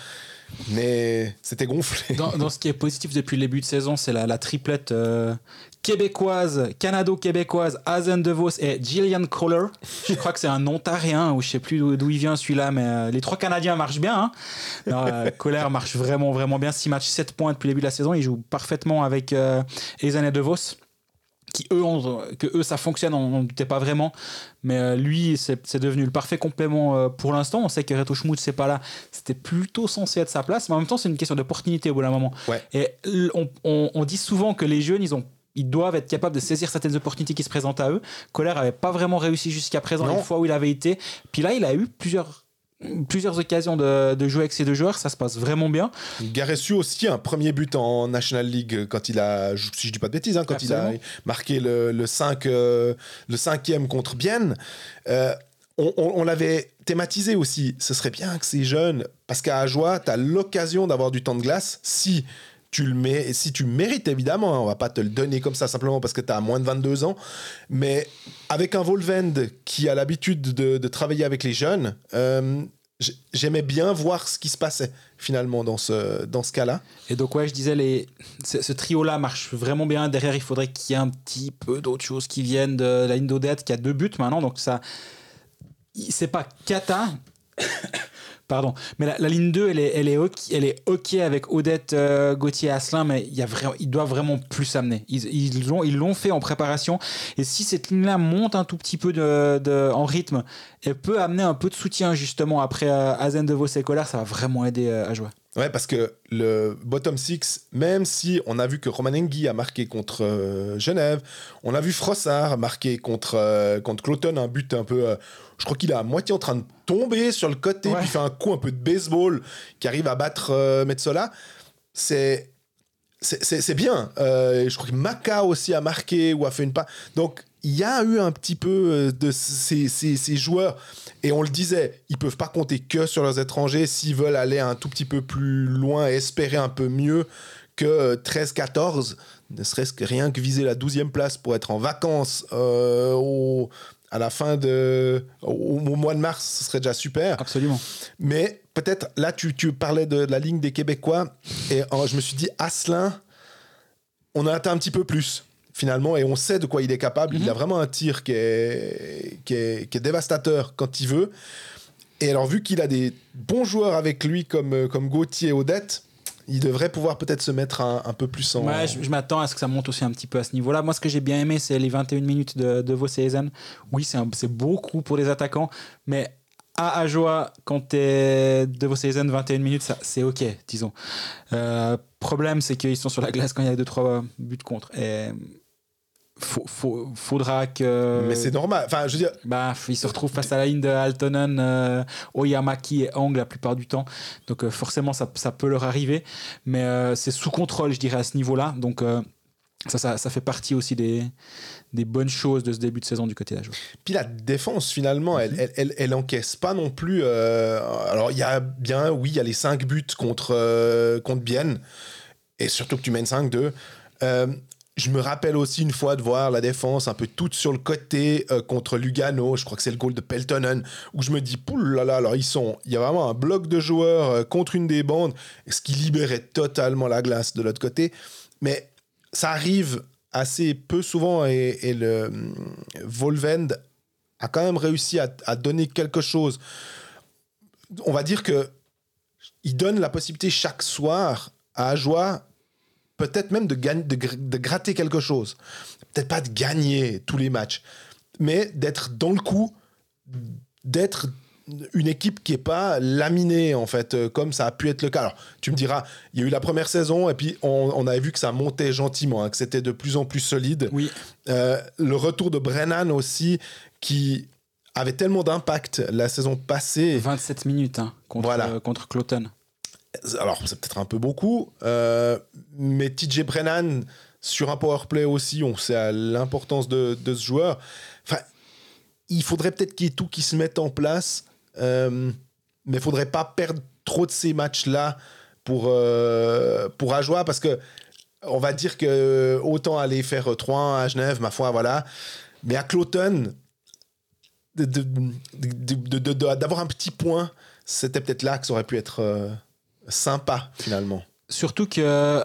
Mais c'était gonflé. Dans, dans ce qui est positif depuis le début de saison, c'est la, la triplette euh, québécoise, canado-québécoise, Hazen De Vos et Gillian Kohler. Je crois que c'est un ontarien, ou je sais plus d'où, d'où il vient celui-là, mais euh, les trois Canadiens marchent bien. Hein. Non, euh, Kohler marche vraiment, vraiment bien. six matchs, sept points depuis le début de la saison. Il joue parfaitement avec euh, Hazen et De Vos. Qui eux, ont, que eux ça fonctionne, on n'en doutait pas vraiment, mais euh, lui c'est, c'est devenu le parfait complément euh, pour l'instant. On sait que Reto Schmutz c'est pas là, c'était plutôt censé être sa place, mais en même temps c'est une question d'opportunité au bout d'un moment. Ouais. Et on, on, on dit souvent que les jeunes ils ont ils doivent être capables de saisir certaines opportunités qui se présentent à eux. Kohler avait pas vraiment réussi jusqu'à présent, non. Une fois où il avait été, puis là il a eu plusieurs plusieurs occasions de, de jouer avec ces deux joueurs, ça se passe vraiment bien. Il a reçu aussi un premier but en National League quand il a, si je dis pas de bêtises, hein, quand Absolument. Il a marqué le, le, cinq, euh, le cinquième contre Bienne. Euh, on, on, on l'avait thématisé aussi, ce serait bien que ces jeunes, parce qu'à Ajoie, tu as l'occasion d'avoir du temps de glace si tu le mets, si tu mérites évidemment, hein, on va pas te le donner comme ça simplement parce que tu as moins de vingt-deux ans, mais avec un Volvend qui a l'habitude de, de travailler avec les jeunes, euh, j'aimais bien voir ce qui se passait finalement dans ce, dans ce cas-là. Et donc ouais, je disais, les, ce, ce trio-là marche vraiment bien. Derrière, il faudrait qu'il y ait un petit peu d'autres choses qui viennent de la ligne d'Odette, qui a deux buts maintenant, donc ça... c'est pas cata. Pardon, mais la, la ligne deux, elle est, elle est, ok, elle est ok avec Odette, euh, Gauthier, Asselin, mais il y a vra- il doit vraiment plus amener. Ils, ils, l'ont, ils l'ont fait en préparation, et si cette ligne-là monte un tout petit peu de, de, en rythme, elle peut amener un peu de soutien justement après euh, Azen, De Vos et Collard, ça va vraiment aider euh, à jouer. Ouais, parce que le bottom six, même si on a vu que Roman Engi a marqué contre euh, Genève, on a vu Frossard marquer contre, euh, contre Cloton, un but un peu... Euh, je crois qu'il est à moitié en train de tomber sur le côté, ouais. puis fait un coup un peu de baseball qui arrive à battre euh, Metsola. C'est, c'est, c'est, c'est bien. Euh, je crois que Maka aussi a marqué ou a fait une pas. Donc, il y a eu un petit peu de ces, ces, ces joueurs, et on le disait, ils peuvent pas compter que sur leurs étrangers s'ils veulent aller un tout petit peu plus loin et espérer un peu mieux que treize quatorze, ne serait-ce que rien que viser la douzième place pour être en vacances euh, au, à la fin de au, au mois de mars, ce serait déjà super. Absolument. Mais peut-être là tu, tu parlais de, de la ligne des Québécois, et euh, je me suis dit Asselin, on a atteint un petit peu plus finalement, et on sait de quoi il est capable. Mm-hmm. Il a vraiment un tir qui est, qui est, qui est dévastateur quand il veut. Et alors, vu qu'il a des bons joueurs avec lui comme, comme Gauthier et Odette, il devrait pouvoir peut-être se mettre un, un peu plus en... Ouais, je, je m'attends à ce que ça monte aussi un petit peu à ce niveau-là. Moi, ce que j'ai bien aimé, c'est les vingt et une minutes de, de Vos et Ezen. Oui, c'est, un, c'est beaucoup pour les attaquants, mais à Ajoie, quand t'es De Vos et Ezen, vingt et une minutes, ça, c'est OK, disons. Euh, problème, c'est qu'ils sont sur la glace quand il y a deux trois buts contre. Et... Faut, faut, faudra que... Mais c'est normal. Enfin, je veux dire... Bah, ils se retrouvent face à la ligne de Altonen, euh, Oyamaki et Ang la plupart du temps. Donc euh, forcément, ça, ça peut leur arriver. Mais euh, c'est sous contrôle, je dirais, à ce niveau-là. Donc euh, ça, ça, ça fait partie aussi des, des bonnes choses de ce début de saison du côté d'Ajoie. Puis la défense, finalement, mm-hmm. elle, elle, elle, elle encaisse pas non plus... Euh... Alors, il y a bien... Oui, il y a les cinq buts contre, euh, contre Bienne. Et surtout que tu mènes cinq deux. Euh... Je me rappelle aussi une fois de voir la défense un peu toute sur le côté euh, contre Lugano. Je crois que c'est le goal de Peltonen, où je me dis, poulala, alors ils sont, il y a vraiment un bloc de joueurs euh, contre une des bandes, ce qui libérait totalement la glace de l'autre côté. Mais ça arrive assez peu souvent, et, et le euh, Volvend a quand même réussi à, à donner quelque chose. On va dire que il donne la possibilité chaque soir à Ajoie peut-être même de, gagne, de, de gratter quelque chose. Peut-être pas de gagner tous les matchs, mais d'être dans le coup, d'être une équipe qui n'est pas laminée, en fait, comme ça a pu être le cas. Alors, tu me diras, il y a eu la première saison, et puis on, on avait vu que ça montait gentiment, hein, que c'était de plus en plus solide. Oui. Euh, le retour de Brennan aussi, qui avait tellement d'impact la saison passée. vingt-sept minutes hein, contre, voilà. euh, contre Cloton. Alors, c'est peut-être un peu beaucoup, euh, mais T J Brennan, sur un powerplay aussi, on sait à l'importance de, de ce joueur. Enfin, il faudrait peut-être qu'il y ait tout qui se mette en place, euh, mais il ne faudrait pas perdre trop de ces matchs-là pour, euh, pour Ajoie, parce que on va dire que autant aller faire trois un à Genève, ma foi, voilà. Mais à Cloton, de, de, de, de, de, de, d'avoir un petit point, c'était peut-être là que ça aurait pu être... Euh, sympa finalement. Surtout que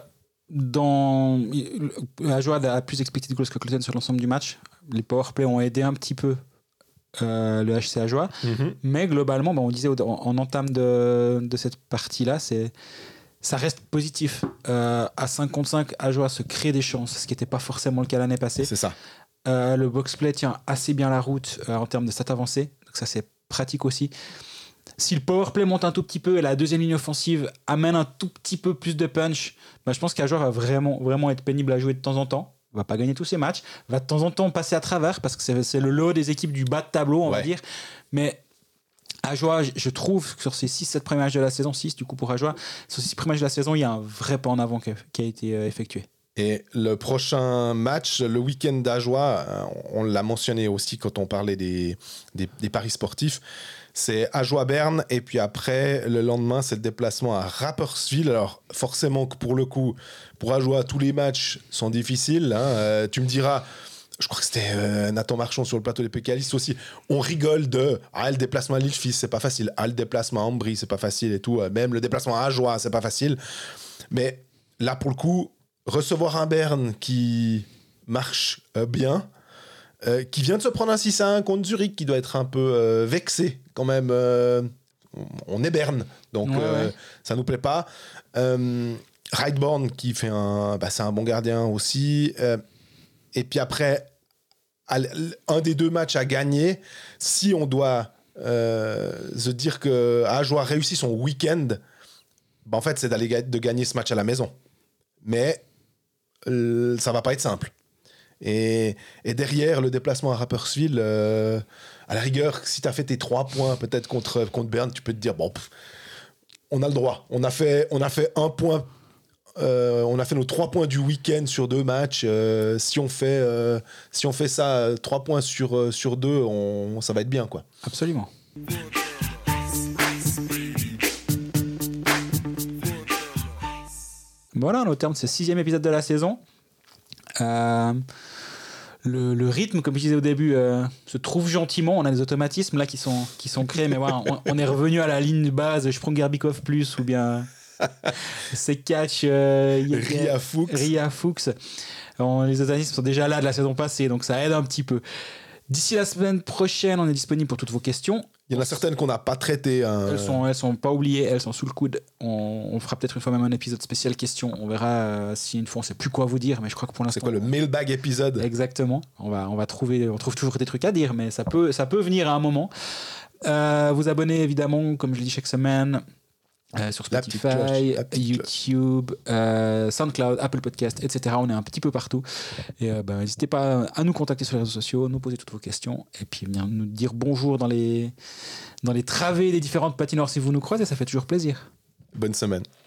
dans Ajoie a plus expected goals que Cloton sur l'ensemble du match. Les powerplays ont aidé un petit peu euh, le H C Ajoie, mm-hmm. mais globalement, bah, on disait en, en entame de, de cette partie-là, c'est ça reste positif. Euh, à cinq contre cinq, Ajoie se crée des chances, ce qui n'était pas forcément le cas l'année passée. C'est ça. Euh, le box-play tient assez bien la route euh, en termes de stats avancées, donc ça c'est pratique aussi. Si le powerplay monte un tout petit peu et la deuxième ligne offensive amène un tout petit peu plus de punch, bah je pense qu'Ajoie va vraiment, vraiment être pénible à jouer de temps en temps. Il va pas gagner tous ses matchs, va de temps en temps passer à travers parce que c'est, c'est le lot des équipes du bas de tableau, on ouais. va dire. Mais Ajoie, je trouve que sur ces six sept premiers matchs de la saison, six du coup pour Ajoie, sur ces six premiers matchs de la saison, il y a un vrai pas en avant qui a été effectué. Et le prochain match, le week-end d'Ajoie, on l'a mentionné aussi quand on parlait des, des, des paris sportifs, c'est Ajoie-Berne, et puis après, le lendemain, c'est le déplacement à Rapperswil. Alors, forcément que pour le coup, pour Ajoie, tous les matchs sont difficiles. Hein. Euh, tu me diras, je crois que c'était euh, Nathan Marchand sur le plateau des pécalistes aussi, on rigole de « Ah, le déplacement à Lille-Fils, c'est pas facile. Ah, le déplacement à Ambry, c'est pas facile et tout. Même le déplacement à Ajoie, c'est pas facile. » Mais là, pour le coup, recevoir un Berne qui marche euh, bien, euh, qui vient de se prendre un six à un contre Zurich, qui doit être un peu euh, vexé quand même. Euh, on est Berne, donc ouais, euh, ouais. ça nous plaît pas. Euh, Reitborn qui fait un, bah, c'est un bon gardien aussi. Euh, et puis après, un des deux matchs à gagner, si on doit euh, se dire que Ajoie a réussi son week-end, bah en fait, c'est d'aller ga- de gagner ce match à la maison. Mais euh, ça va pas être simple. Et, et derrière, le déplacement à Rapperswil, euh, à la rigueur, si tu as fait tes trois points peut-être contre, contre Berne, tu peux te dire, bon, pff, on a le droit. On a fait, on a fait un point. Euh, on a fait nos trois points du week-end sur deux matchs. Euh, si, on fait, euh, si on fait ça, trois points sur, euh, sur deux, on, ça va être bien, quoi. Absolument. Voilà, on est au terme de ce sixième épisode de la saison. Euh, le, le rythme, comme je disais au début, euh, se trouve gentiment. On a des automatismes là qui sont, qui sont créés, mais voilà, on, on est revenu à la ligne de base Sprung Herbikov plus ou bien c'est catch euh, Ria Fuchs. Ria Fuchs. On, les automatismes sont déjà là de la saison passée, donc ça aide un petit peu. D'ici la semaine prochaine, on est disponible pour toutes vos questions. Il y en a certaines qu'on n'a pas traitées. Hein. Elles sont, elles sont pas oubliées, elles sont sous le coude. On, on fera peut-être une fois même un épisode spécial questions. On verra euh, si une fois on sait plus quoi vous dire, mais je crois que pour l'instant. C'est quoi le mailbag épisode ? Exactement. On va, on va trouver, on trouve toujours des trucs à dire, mais ça peut, ça peut venir à un moment. Euh, vous abonnez évidemment, comme je le dis chaque semaine. Euh, sur Spotify, La petite cloche, la petite YouTube, euh, SoundCloud, Apple Podcast, et cetera. On est un petit peu partout. Et euh, bah, n'hésitez pas à nous contacter sur les réseaux sociaux, nous poser toutes vos questions et puis venir nous dire bonjour dans les, dans les travées des différentes patinoires si vous nous croisez. Ça fait toujours plaisir. Bonne semaine.